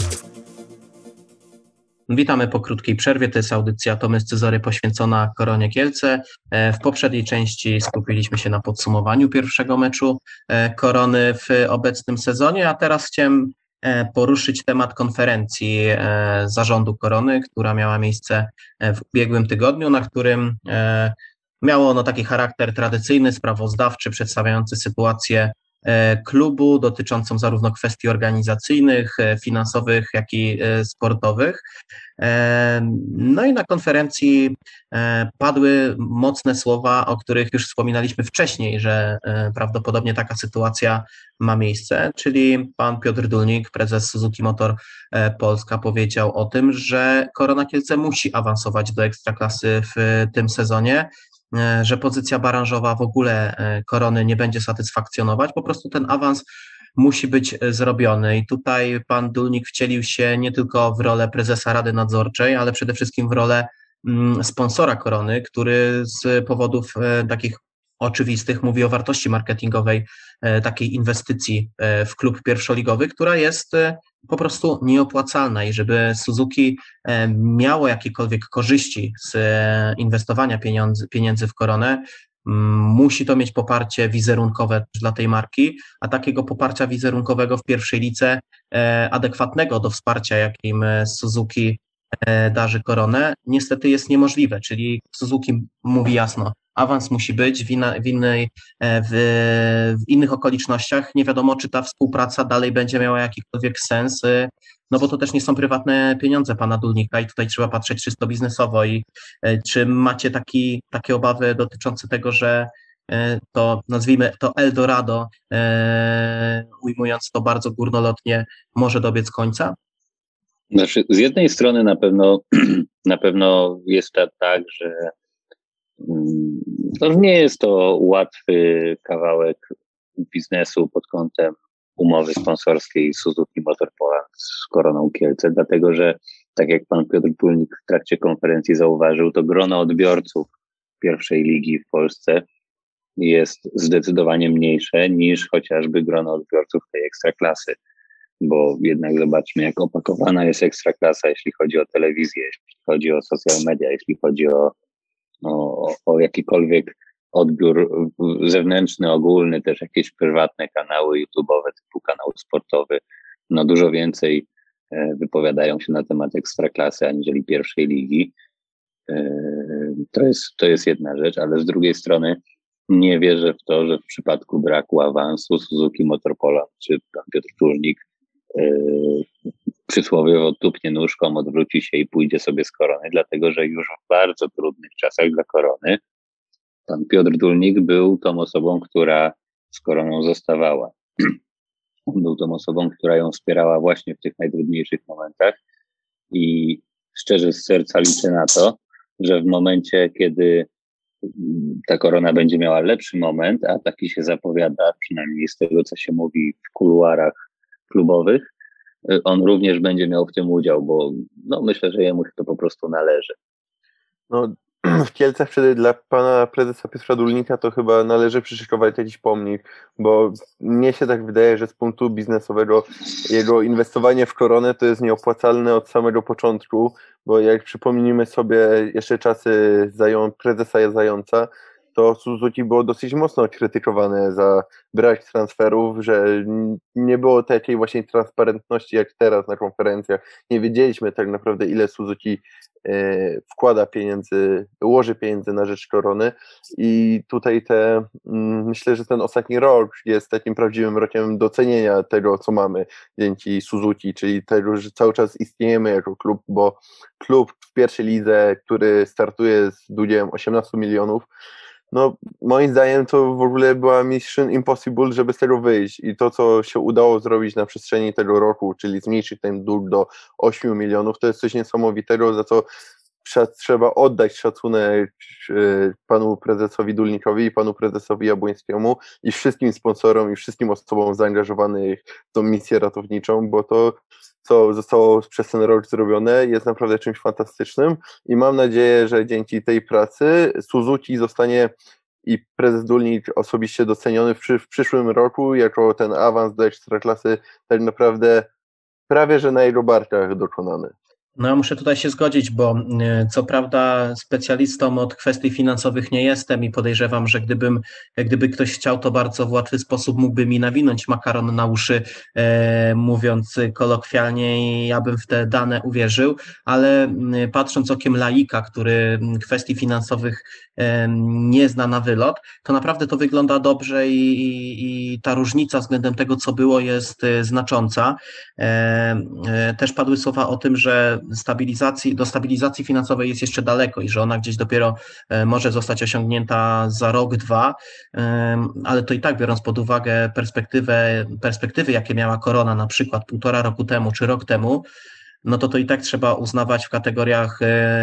Witamy po krótkiej przerwie, to jest audycja Tomy Scyzory poświęcona Koronie Kielce. W poprzedniej części skupiliśmy się na podsumowaniu pierwszego meczu Korony w obecnym sezonie, a teraz chciałem poruszyć temat konferencji zarządu Korony, która miała miejsce w ubiegłym tygodniu, na którym miało ono taki charakter tradycyjny, sprawozdawczy, przedstawiający sytuację klubu dotyczącą zarówno kwestii organizacyjnych, finansowych, jak i sportowych. No i na konferencji padły mocne słowa, o których już wspominaliśmy wcześniej, że prawdopodobnie taka sytuacja ma miejsce, czyli pan Piotr Dulnik, prezes Suzuki Motor Polska, powiedział o tym, że Korona Kielce musi awansować do Ekstraklasy w tym sezonie, że pozycja branżowa w ogóle Korony nie będzie satysfakcjonować, po prostu ten awans musi być zrobiony i tutaj pan Dulnik wcielił się nie tylko w rolę prezesa Rady Nadzorczej, ale przede wszystkim w rolę sponsora Korony, który z powodów takich oczywistych mówi o wartości marketingowej takiej inwestycji w klub pierwszoligowy, która jest po prostu nieopłacalna i żeby Suzuki miało jakiekolwiek korzyści z inwestowania pieniędzy w Koronę, musi to mieć poparcie wizerunkowe dla tej marki, a takiego poparcia wizerunkowego w pierwszej lidze adekwatnego do wsparcia, jakim Suzuki darzy Koronę, niestety jest niemożliwe, czyli Suzuki mówi jasno, awans musi być, w innych okolicznościach nie wiadomo, czy ta współpraca dalej będzie miała jakikolwiek sens, no bo to też nie są prywatne pieniądze pana Dulnika i tutaj trzeba patrzeć czysto biznesowo i czy macie takie obawy dotyczące tego, że to nazwijmy to Eldorado, ujmując to bardzo górnolotnie, może dobiec końca? Znaczy, z jednej strony na pewno jest tak, że to nie jest to łatwy kawałek biznesu pod kątem umowy sponsorskiej Suzuki Motor Poland z Koroną Kielce, dlatego że, tak jak pan Piotr Dulnik w trakcie konferencji zauważył, to grono odbiorców pierwszej ligi w Polsce jest zdecydowanie mniejsze niż chociażby grono odbiorców tej ekstraklasy, bo jednak zobaczmy, jak opakowana jest ekstraklasa, jeśli chodzi o telewizję, jeśli chodzi o social media, jeśli chodzi o jakikolwiek odbiór zewnętrzny, ogólny, też jakieś prywatne kanały YouTube'owe typu kanał sportowy, no dużo więcej wypowiadają się na temat ekstraklasy aniżeli pierwszej ligi. To jest jedna rzecz, ale z drugiej strony nie wierzę w to, że w przypadku braku awansu Suzuki Motor Poland czy pan Piotr Dulnik przysłowiowo tupnie nóżką, odwróci się i pójdzie sobie z Korony, dlatego że już w bardzo trudnych czasach dla Korony pan Piotr Dulnik był tą osobą, która z Koroną zostawała. Był tą osobą, która ją wspierała właśnie w tych najtrudniejszych momentach i szczerze z serca liczę na to, że w momencie, kiedy ta Korona będzie miała lepszy moment, a taki się zapowiada, przynajmniej z tego, co się mówi w kuluarach klubowych, on również będzie miał w tym udział, bo no, myślę, że jemu się to po prostu należy. No, w Kielcach wtedy dla pana prezesa Piotra Dulnika to chyba należy przyszykować jakiś pomnik, bo mnie się tak wydaje, że z punktu biznesowego jego inwestowanie w Koronę to jest nieopłacalne od samego początku, bo jak przypomnimy sobie jeszcze czasy prezesa Zająca, to Suzuki było dosyć mocno krytykowane za brak transferów, że nie było takiej właśnie transparentności jak teraz na konferencjach. Nie wiedzieliśmy tak naprawdę, ile Suzuki wkłada pieniędzy, ułoży pieniędzy na rzecz korony i tutaj myślę, że ten ostatni rok jest takim prawdziwym rokiem docenienia tego, co mamy dzięki Suzuki, czyli tego, że cały czas istniejemy jako klub, bo klub w pierwszej lidze, który startuje z długiem 18 milionów, no moim zdaniem to w ogóle była mission impossible, żeby z tego wyjść i to, co się udało zrobić na przestrzeni tego roku, czyli zmniejszyć ten dług do 8 milionów, to jest coś niesamowitego, za co trzeba oddać szacunek panu prezesowi Dulnikowi i panu prezesowi Jabłońskiemu i wszystkim sponsorom i wszystkim osobom zaangażowanych w tą misję ratowniczą, bo to, co zostało przez ten rok zrobione, jest naprawdę czymś fantastycznym i mam nadzieję, że dzięki tej pracy Suzuki zostanie i prezes Dulnik osobiście doceniony w przyszłym roku jako ten awans do Ekstraklasy tak naprawdę prawie że na jego barkach dokonany. No ja muszę tutaj się zgodzić, bo co prawda specjalistą od kwestii finansowych nie jestem i podejrzewam, że gdyby ktoś chciał, to bardzo w łatwy sposób mógłby mi nawinąć makaron na uszy, mówiąc kolokwialnie, i ja bym w te dane uwierzył, ale patrząc okiem laika, który kwestii finansowych nie zna na wylot, to naprawdę to wygląda dobrze i ta różnica względem tego, co było, jest znacząca. Też padły słowa o tym, że do stabilizacji finansowej jest jeszcze daleko i że ona gdzieś dopiero może zostać osiągnięta za rok, dwa, ale to i tak, biorąc pod uwagę perspektywy, jakie miała korona na przykład 1,5 roku temu czy rok temu, no to i tak trzeba uznawać w kategoriach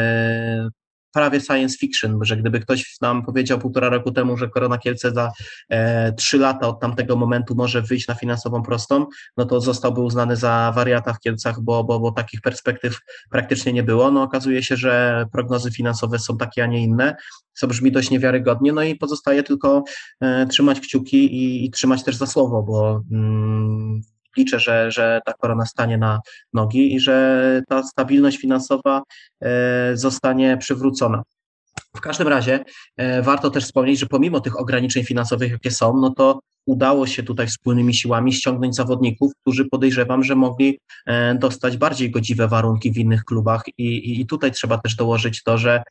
prawie science fiction, że gdyby ktoś nam powiedział 1,5 roku temu, że Korona Kielce za 3 lata od tamtego momentu może wyjść na finansową prostą, no to zostałby uznany za wariata w Kielcach, bo takich perspektyw praktycznie nie było. No okazuje się, że prognozy finansowe są takie, a nie inne, co brzmi dość niewiarygodnie, no i pozostaje tylko trzymać kciuki i trzymać też za słowo, bo liczę, że ta korona stanie na nogi i że ta stabilność finansowa zostanie przywrócona. W każdym razie warto też wspomnieć, że pomimo tych ograniczeń finansowych, jakie są, no to udało się tutaj wspólnymi siłami ściągnąć zawodników, którzy podejrzewam, że mogli dostać bardziej godziwe warunki w innych klubach i tutaj trzeba też dołożyć to, że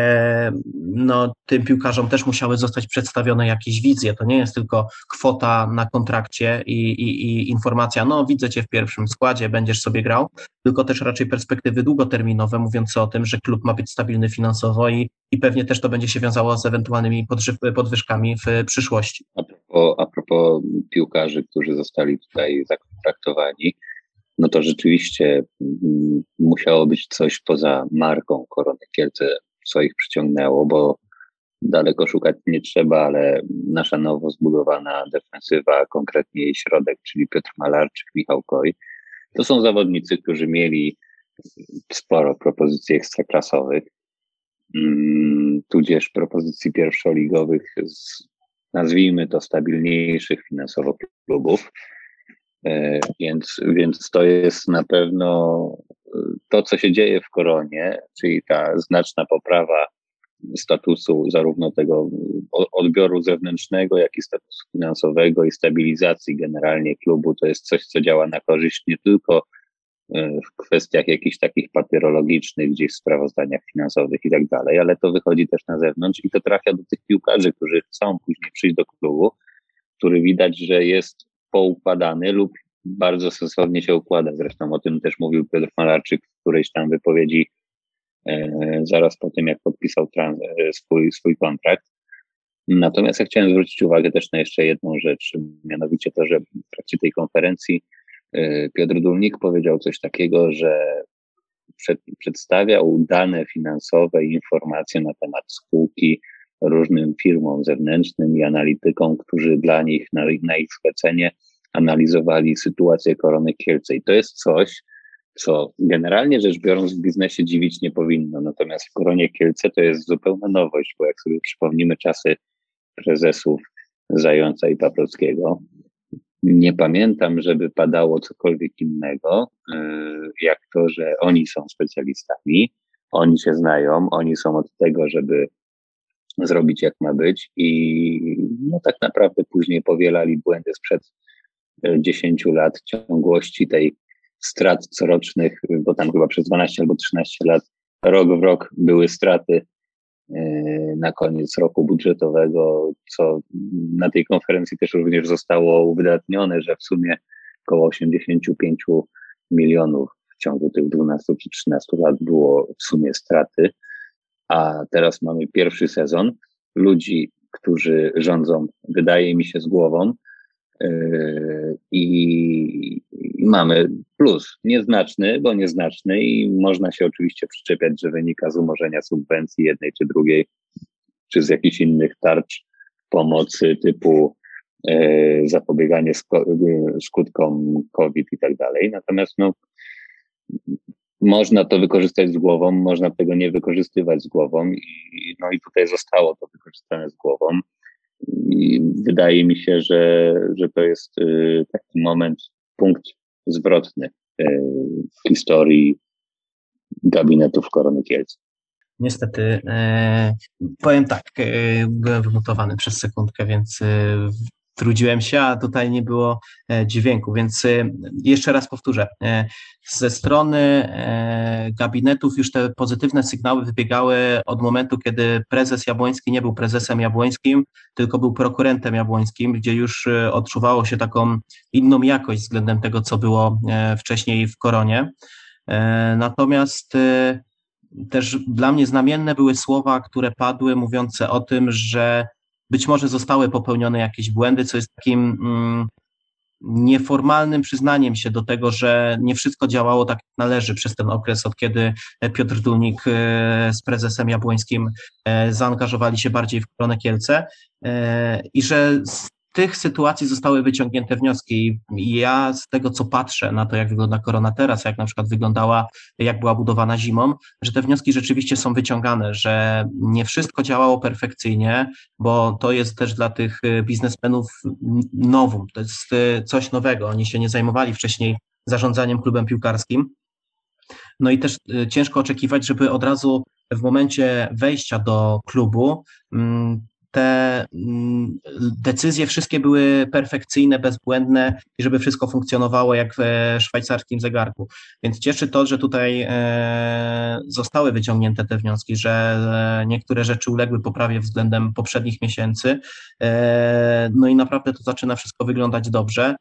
no, tym piłkarzom też musiały zostać przedstawione jakieś wizje. To nie jest tylko kwota na kontrakcie i informacja, no widzę cię w pierwszym składzie, będziesz sobie grał, tylko też raczej perspektywy długoterminowe, mówiące o tym, że klub ma być stabilny finansowo i pewnie też to będzie się wiązało z ewentualnymi podwyżkami w przyszłości. A propos piłkarzy, którzy zostali tutaj zakontraktowani, no to rzeczywiście musiało być coś poza marką Korony Kielce, co ich przyciągnęło, bo daleko szukać nie trzeba, ale nasza nowo zbudowana defensywa, konkretnie jej środek, czyli Piotr Malarczyk, Michał Koj, to są zawodnicy, którzy mieli sporo propozycji ekstraklasowych, tudzież propozycji pierwszoligowych z, nazwijmy to, stabilniejszych finansowo klubów, więc to jest na pewno to, co się dzieje w Koronie, czyli ta znaczna poprawa statusu zarówno tego odbioru zewnętrznego, jak i statusu finansowego i stabilizacji generalnie klubu, to jest coś, co działa na korzyść nie tylko w kwestiach jakichś takich papierologicznych, gdzieś w sprawozdaniach finansowych i tak dalej, ale to wychodzi też na zewnątrz i to trafia do tych piłkarzy, którzy chcą później przyjść do klubu, który widać, że jest poukładany lub bardzo sensownie się układa. Zresztą o tym też mówił Piotr Malarczyk w którejś tam wypowiedzi zaraz po tym, jak podpisał swój kontrakt. Natomiast ja chciałem zwrócić uwagę też na jeszcze jedną rzecz, mianowicie to, że w trakcie tej konferencji Piotr Dulnik powiedział coś takiego, że przedstawiał dane finansowe i informacje na temat spółki różnym firmom zewnętrznym i analitykom, którzy dla nich na ich zlecenie analizowali sytuację Korony Kielce. I to jest coś, co generalnie rzecz biorąc w biznesie dziwić nie powinno. Natomiast w Koronie Kielce to jest zupełna nowość, bo jak sobie przypomnimy czasy prezesów Zająca i Paprockiego, nie pamiętam, żeby padało cokolwiek innego, jak to, że oni są specjalistami, oni się znają, oni są od tego, żeby zrobić jak ma być i no tak naprawdę później powielali błędy sprzed 10 lat, ciągłości tej strat corocznych, bo tam chyba przez 12 albo 13 lat rok w rok były straty na koniec roku budżetowego, co na tej konferencji też również zostało uwydatnione, że w sumie około 85 milionów w ciągu tych 12 czy 13 lat było w sumie straty, a teraz mamy pierwszy sezon ludzi, którzy rządzą, wydaje mi się, z głową, i mamy plus, nieznaczny, bo nieznaczny i można się oczywiście przyczepiać, że wynika z umorzenia subwencji jednej czy drugiej, czy z jakichś innych tarcz pomocy typu zapobieganie skutkom COVID i tak dalej. Natomiast no, można to wykorzystać z głową, można tego nie wykorzystywać z głową i tutaj zostało to wykorzystane z głową. I wydaje mi się, że to jest taki moment, punkt zwrotny w historii gabinetów Korony Kielce. Niestety, powiem tak, byłem wymutowany przez sekundkę, więc trudziłem się, a tutaj nie było dźwięku, więc jeszcze raz powtórzę. Ze strony gabinetów już te pozytywne sygnały wybiegały od momentu, kiedy prezes Jabłoński nie był prezesem Jabłońskim, tylko był prokurentem Jabłońskim, gdzie już odczuwało się taką inną jakość względem tego, co było wcześniej w Koronie. Natomiast też dla mnie znamienne były słowa, które padły, mówiące o tym, że być może zostały popełnione jakieś błędy, co jest takim nieformalnym przyznaniem się do tego, że nie wszystko działało tak jak należy przez ten okres, od kiedy Piotr Dulnik z prezesem Jabłońskim zaangażowali się bardziej w Koronę Kielce i że z tych sytuacji zostały wyciągnięte wnioski i ja z tego, co patrzę na to, jak wygląda Korona teraz, jak na przykład wyglądała, jak była budowana zimą, że te wnioski rzeczywiście są wyciągane, że nie wszystko działało perfekcyjnie, bo to jest też dla tych biznesmenów nowum, to jest coś nowego, oni się nie zajmowali wcześniej zarządzaniem klubem piłkarskim. No i też ciężko oczekiwać, żeby od razu w momencie wejścia do klubu te decyzje wszystkie były perfekcyjne, bezbłędne i żeby wszystko funkcjonowało jak w szwajcarskim zegarku. Więc cieszy to, że tutaj zostały wyciągnięte te wnioski, że niektóre rzeczy uległy poprawie względem poprzednich miesięcy. No i naprawdę to zaczyna wszystko wyglądać dobrze.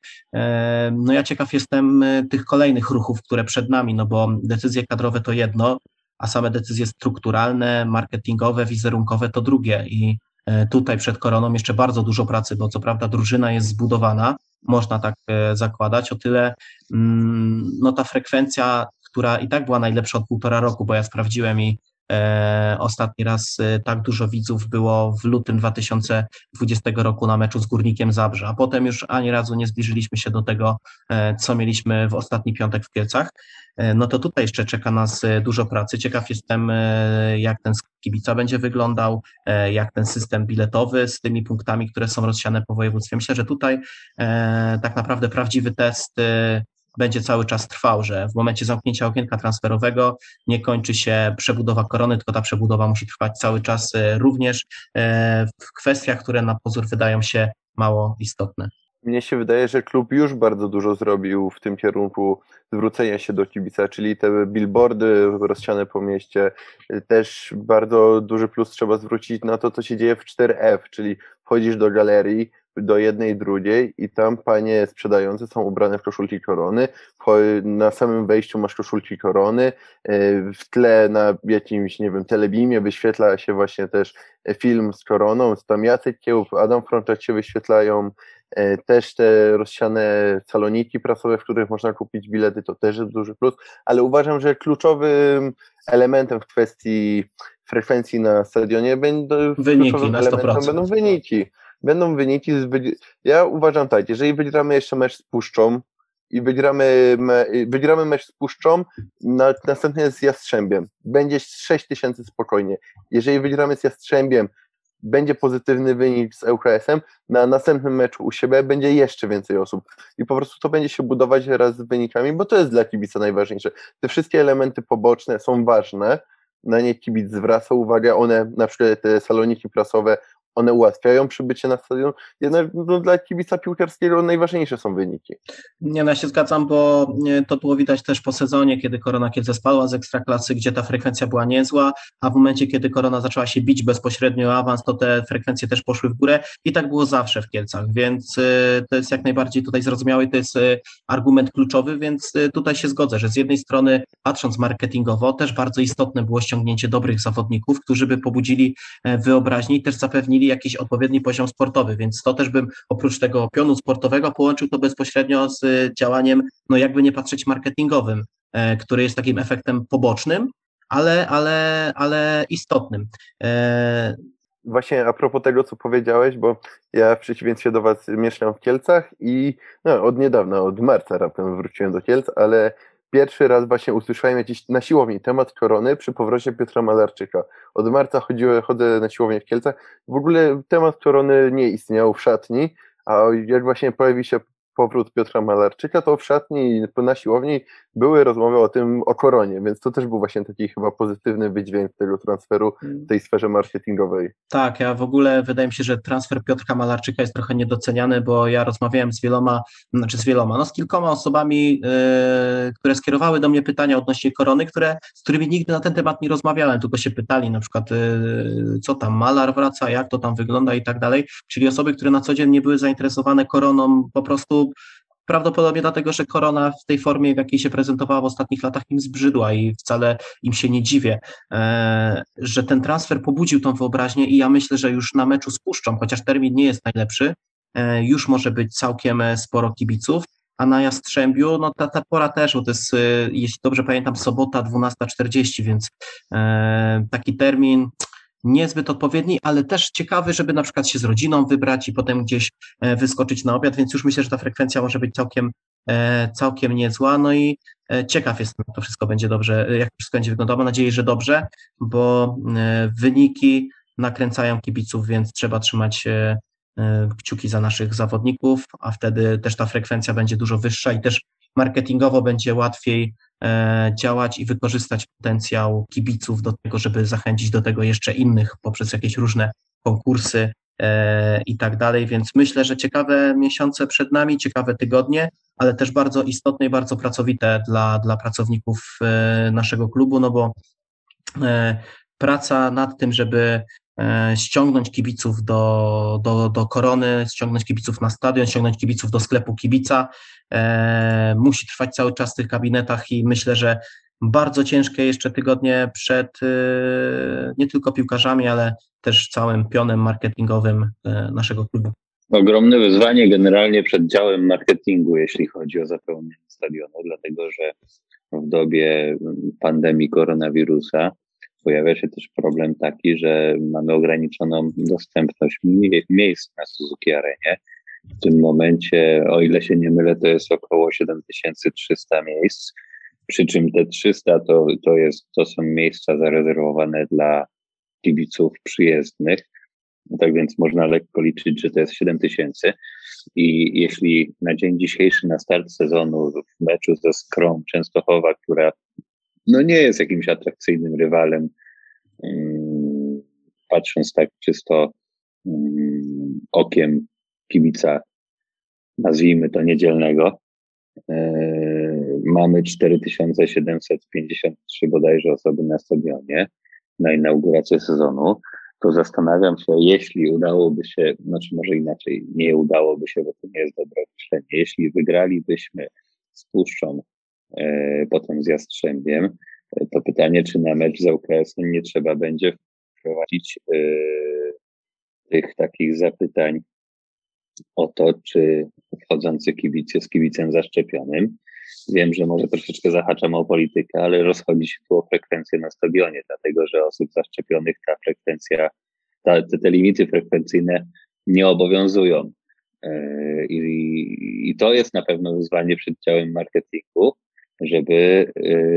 No ja ciekaw jestem tych kolejnych ruchów, które przed nami, no bo decyzje kadrowe to jedno, a same decyzje strukturalne, marketingowe, wizerunkowe to drugie i tutaj przed Koroną jeszcze bardzo dużo pracy, bo co prawda drużyna jest zbudowana, można tak zakładać, o tyle no ta frekwencja, która i tak była najlepsza od 1,5 roku, bo ja sprawdziłem i ostatni raz tak dużo widzów było w lutym 2020 roku na meczu z Górnikiem Zabrze, a potem już ani razu nie zbliżyliśmy się do tego, co mieliśmy w ostatni piątek w Kielcach. No to tutaj jeszcze czeka nas dużo pracy. Ciekaw jestem, jak ten sklep kibica będzie wyglądał, jak ten system biletowy z tymi punktami, które są rozsiane po województwie. Myślę, że tutaj tak naprawdę prawdziwy test będzie cały czas trwał, że w momencie zamknięcia okienka transferowego nie kończy się przebudowa Korony, tylko ta przebudowa musi trwać cały czas również w kwestiach, które na pozór wydają się mało istotne. Mnie się wydaje, że klub już bardzo dużo zrobił w tym kierunku zwrócenia się do kibica, czyli te billboardy rozsiane po mieście. Też bardzo duży plus trzeba zwrócić na to, co się dzieje w 4F, czyli wchodzisz do galerii, do jednej, drugiej i tam panie sprzedające są ubrane w koszulki Korony, na samym wejściu masz koszulki Korony, w tle na jakimś, nie wiem, telebimie wyświetla się właśnie też film z Koroną, tam Jacek Kiełb, Adam Frączak się wyświetlają, też te rozsiane saloniki prasowe, w których można kupić bilety, to też jest duży plus, ale uważam, że kluczowym elementem w kwestii frekwencji na stadionie kluczowym elementem będą wyniki. Ja uważam tak, jeżeli wygramy jeszcze mecz z Puszczą i wygramy mecz z Puszczą, następnie jest z Jastrzębiem, będzie 6 000 spokojnie. Jeżeli wygramy z Jastrzębiem, będzie pozytywny wynik z ŁKS-em, na następnym meczu u siebie będzie jeszcze więcej osób i po prostu to będzie się budować raz z wynikami, bo to jest dla kibica najważniejsze. Te wszystkie elementy poboczne są ważne, na nie kibic zwraca uwagę, one, na przykład te saloniki prasowe, one ułatwiają przybycie na stadion, jednak no, dla kibica piłkarskiego najważniejsze są wyniki. Nie, no ja się zgadzam, bo to było widać też po sezonie, kiedy Korona Kielce spadła z Ekstraklasy, gdzie ta frekwencja była niezła, a w momencie, kiedy Korona zaczęła się bić bezpośrednio o awans, to te frekwencje też poszły w górę i tak było zawsze w Kielcach, więc to jest jak najbardziej tutaj zrozumiałe i to jest argument kluczowy, więc tutaj się zgodzę, że z jednej strony, patrząc marketingowo, też bardzo istotne było ściągnięcie dobrych zawodników, którzy by pobudzili wyobraźnię i też zapewnili jakiś odpowiedni poziom sportowy, więc to też bym oprócz tego pionu sportowego połączył to bezpośrednio z działaniem, no jakby nie patrzeć marketingowym, który jest takim efektem pobocznym, ale istotnym. Właśnie a propos tego, co powiedziałeś, bo ja w przeciwieństwie do Was mieszkam w Kielcach i no, od niedawna, od marca raptem wróciłem do Kielc, ale pierwszy raz właśnie usłyszałem jakiś na siłowni temat korony przy powrocie Piotra Malarczyka. Od marca chodzę na siłownię w Kielcach. W ogóle temat korony nie istniał w szatni, a jak właśnie pojawi się powrót Piotra Malarczyka, to w szatni i na siłowni były rozmowy o koronie, więc to też był właśnie taki chyba pozytywny wydźwięk tego transferu w tej sferze marketingowej. Tak, ja w ogóle wydaje mi się, że transfer Piotra Malarczyka jest trochę niedoceniany, bo ja rozmawiałem z kilkoma osobami, które skierowały do mnie pytania odnośnie korony, z którymi nigdy na ten temat nie rozmawiałem, tylko się pytali na przykład, co tam Malar wraca, jak to tam wygląda i tak dalej, czyli osoby, które na co dzień nie były zainteresowane koroną, po prostu prawdopodobnie dlatego, że korona w tej formie, w jakiej się prezentowała w ostatnich latach, im zbrzydła i wcale im się nie dziwię, że ten transfer pobudził tą wyobraźnię i ja myślę, że już na meczu z Puszczą, chociaż termin nie jest najlepszy, już może być całkiem sporo kibiców, a na Jastrzębiu, no ta pora też, bo to jest, jeśli dobrze pamiętam, sobota 12:40, więc taki termin niezbyt odpowiedni, ale też ciekawy, żeby na przykład się z rodziną wybrać i potem gdzieś wyskoczyć na obiad, więc już myślę, że ta frekwencja może być całkiem niezła, no i ciekaw jestem, jak to wszystko będzie dobrze, jak wszystko będzie wyglądało, mam nadzieję, że dobrze, bo wyniki nakręcają kibiców, więc trzeba trzymać kciuki za naszych zawodników, a wtedy też ta frekwencja będzie dużo wyższa i też marketingowo będzie łatwiej działać i wykorzystać potencjał kibiców do tego, żeby zachęcić do tego jeszcze innych poprzez jakieś różne konkursy i tak dalej, więc myślę, że ciekawe miesiące przed nami, ciekawe tygodnie, ale też bardzo istotne i bardzo pracowite dla pracowników naszego klubu, no bo praca nad tym, żeby ściągnąć kibiców do korony, ściągnąć kibiców na stadion, ściągnąć kibiców do sklepu kibica, musi trwać cały czas w tych gabinetach i myślę, że bardzo ciężkie jeszcze tygodnie przed nie tylko piłkarzami, ale też całym pionem marketingowym naszego klubu. Ogromne wyzwanie generalnie przed działem marketingu, jeśli chodzi o zapełnienie stadionu, dlatego że w dobie pandemii koronawirusa pojawia się też problem taki, że mamy ograniczoną dostępność miejsc na Suzuki Arenie. W tym momencie, o ile się nie mylę, to jest około 7300 miejsc, przy czym te 300 to są miejsca zarezerwowane dla kibiców przyjezdnych. Tak więc można lekko liczyć, że to jest 7000 i jeśli na dzień dzisiejszy, na start sezonu w meczu ze Skrą Częstochowa, która no nie jest jakimś atrakcyjnym rywalem, patrząc tak czysto okiem kibica, nazwijmy to niedzielnego, mamy 4753 bodajże osoby na stadionie na inaugurację sezonu, to zastanawiam się, jeśli udałoby się, znaczy może inaczej, nie udałoby się, bo to nie jest dobre określenie, jeśli wygralibyśmy z Puszczą, potem z Jastrzębiem, to pytanie, czy na mecz z ŁKS-em nie trzeba będzie wprowadzić tych takich zapytań o to, czy wchodzący kibic jest kibicem zaszczepionym. Wiem, że może troszeczkę zahaczam o politykę, ale rozchodzi się tu o frekwencję na stadionie, dlatego że osób zaszczepionych ta frekwencja, te limity frekwencyjne nie obowiązują. I to jest na pewno wyzwanie przed działem marketingu, żeby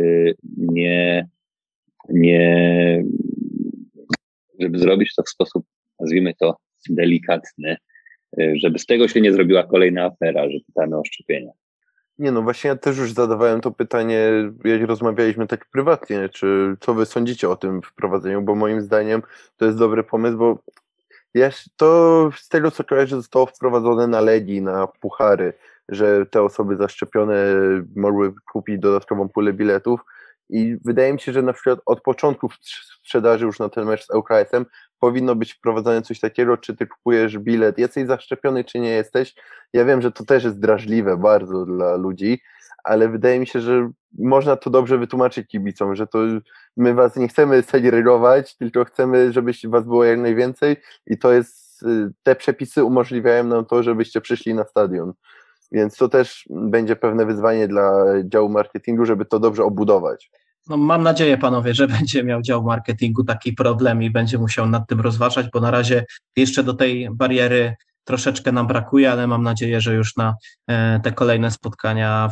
żeby zrobić to w sposób, nazwijmy to, delikatny, żeby z tego się nie zrobiła kolejna afera, że pytamy o szczepienia. Nie no, właśnie ja też już zadawałem to pytanie, jak rozmawialiśmy tak prywatnie, czy co wy sądzicie o tym wprowadzeniu, bo moim zdaniem to jest dobry pomysł, bo to z tego co kojarzę zostało wprowadzone na legi, na puchary, że te osoby zaszczepione mogły kupić dodatkową pulę biletów i wydaje mi się, że na przykład od początku sprzedaży już na ten mecz z ŁKS-em powinno być wprowadzone coś takiego, czy ty kupujesz bilet, jesteś zaszczepiony, czy nie jesteś. Ja wiem, że to też jest drażliwe bardzo dla ludzi, ale wydaje mi się, że można to dobrze wytłumaczyć kibicom, że to my was nie chcemy segregować, tylko chcemy, żebyście was było jak najwięcej i to jest, te przepisy umożliwiają nam to, żebyście przyszli na stadion. Więc to też będzie pewne wyzwanie dla działu marketingu, żeby to dobrze obudować. No, mam nadzieję, panowie, że będzie miał dział marketingu taki problem i będzie musiał nad tym rozważać, bo na razie jeszcze do tej bariery troszeczkę nam brakuje, ale mam nadzieję, że już na te kolejne spotkania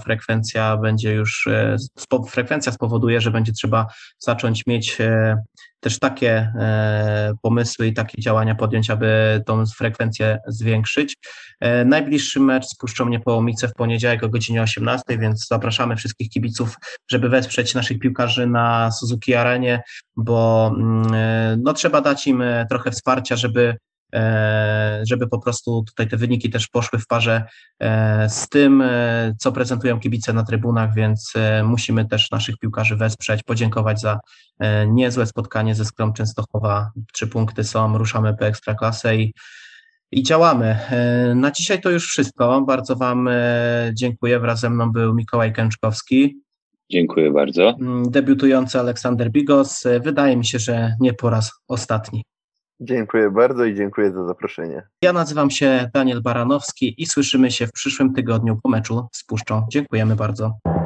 frekwencja spowoduje, że będzie trzeba zacząć mieć też takie pomysły i takie działania podjąć, aby tą frekwencję zwiększyć. Najbliższy mecz z Puszczą Niepołomice w poniedziałek o godzinie 18, więc zapraszamy wszystkich kibiców, żeby wesprzeć naszych piłkarzy na Suzuki Arenie, bo no, trzeba dać im trochę wsparcia, żeby po prostu tutaj te wyniki też poszły w parze z tym, co prezentują kibice na trybunach, więc musimy też naszych piłkarzy wesprzeć, podziękować za niezłe spotkanie ze Skrą Częstochowa. 3 punkty są, ruszamy po Ekstraklasę i działamy. Na dzisiaj to już wszystko. Bardzo wam dziękuję. Wraz ze mną był Mikołaj Kęczkowski. Dziękuję bardzo. Debiutujący Aleksander Bigos. Wydaje mi się, że nie po raz ostatni. Dziękuję bardzo i dziękuję za zaproszenie. Ja nazywam się Daniel Baranowski i słyszymy się w przyszłym tygodniu po meczu z Puszczą. Dziękujemy bardzo.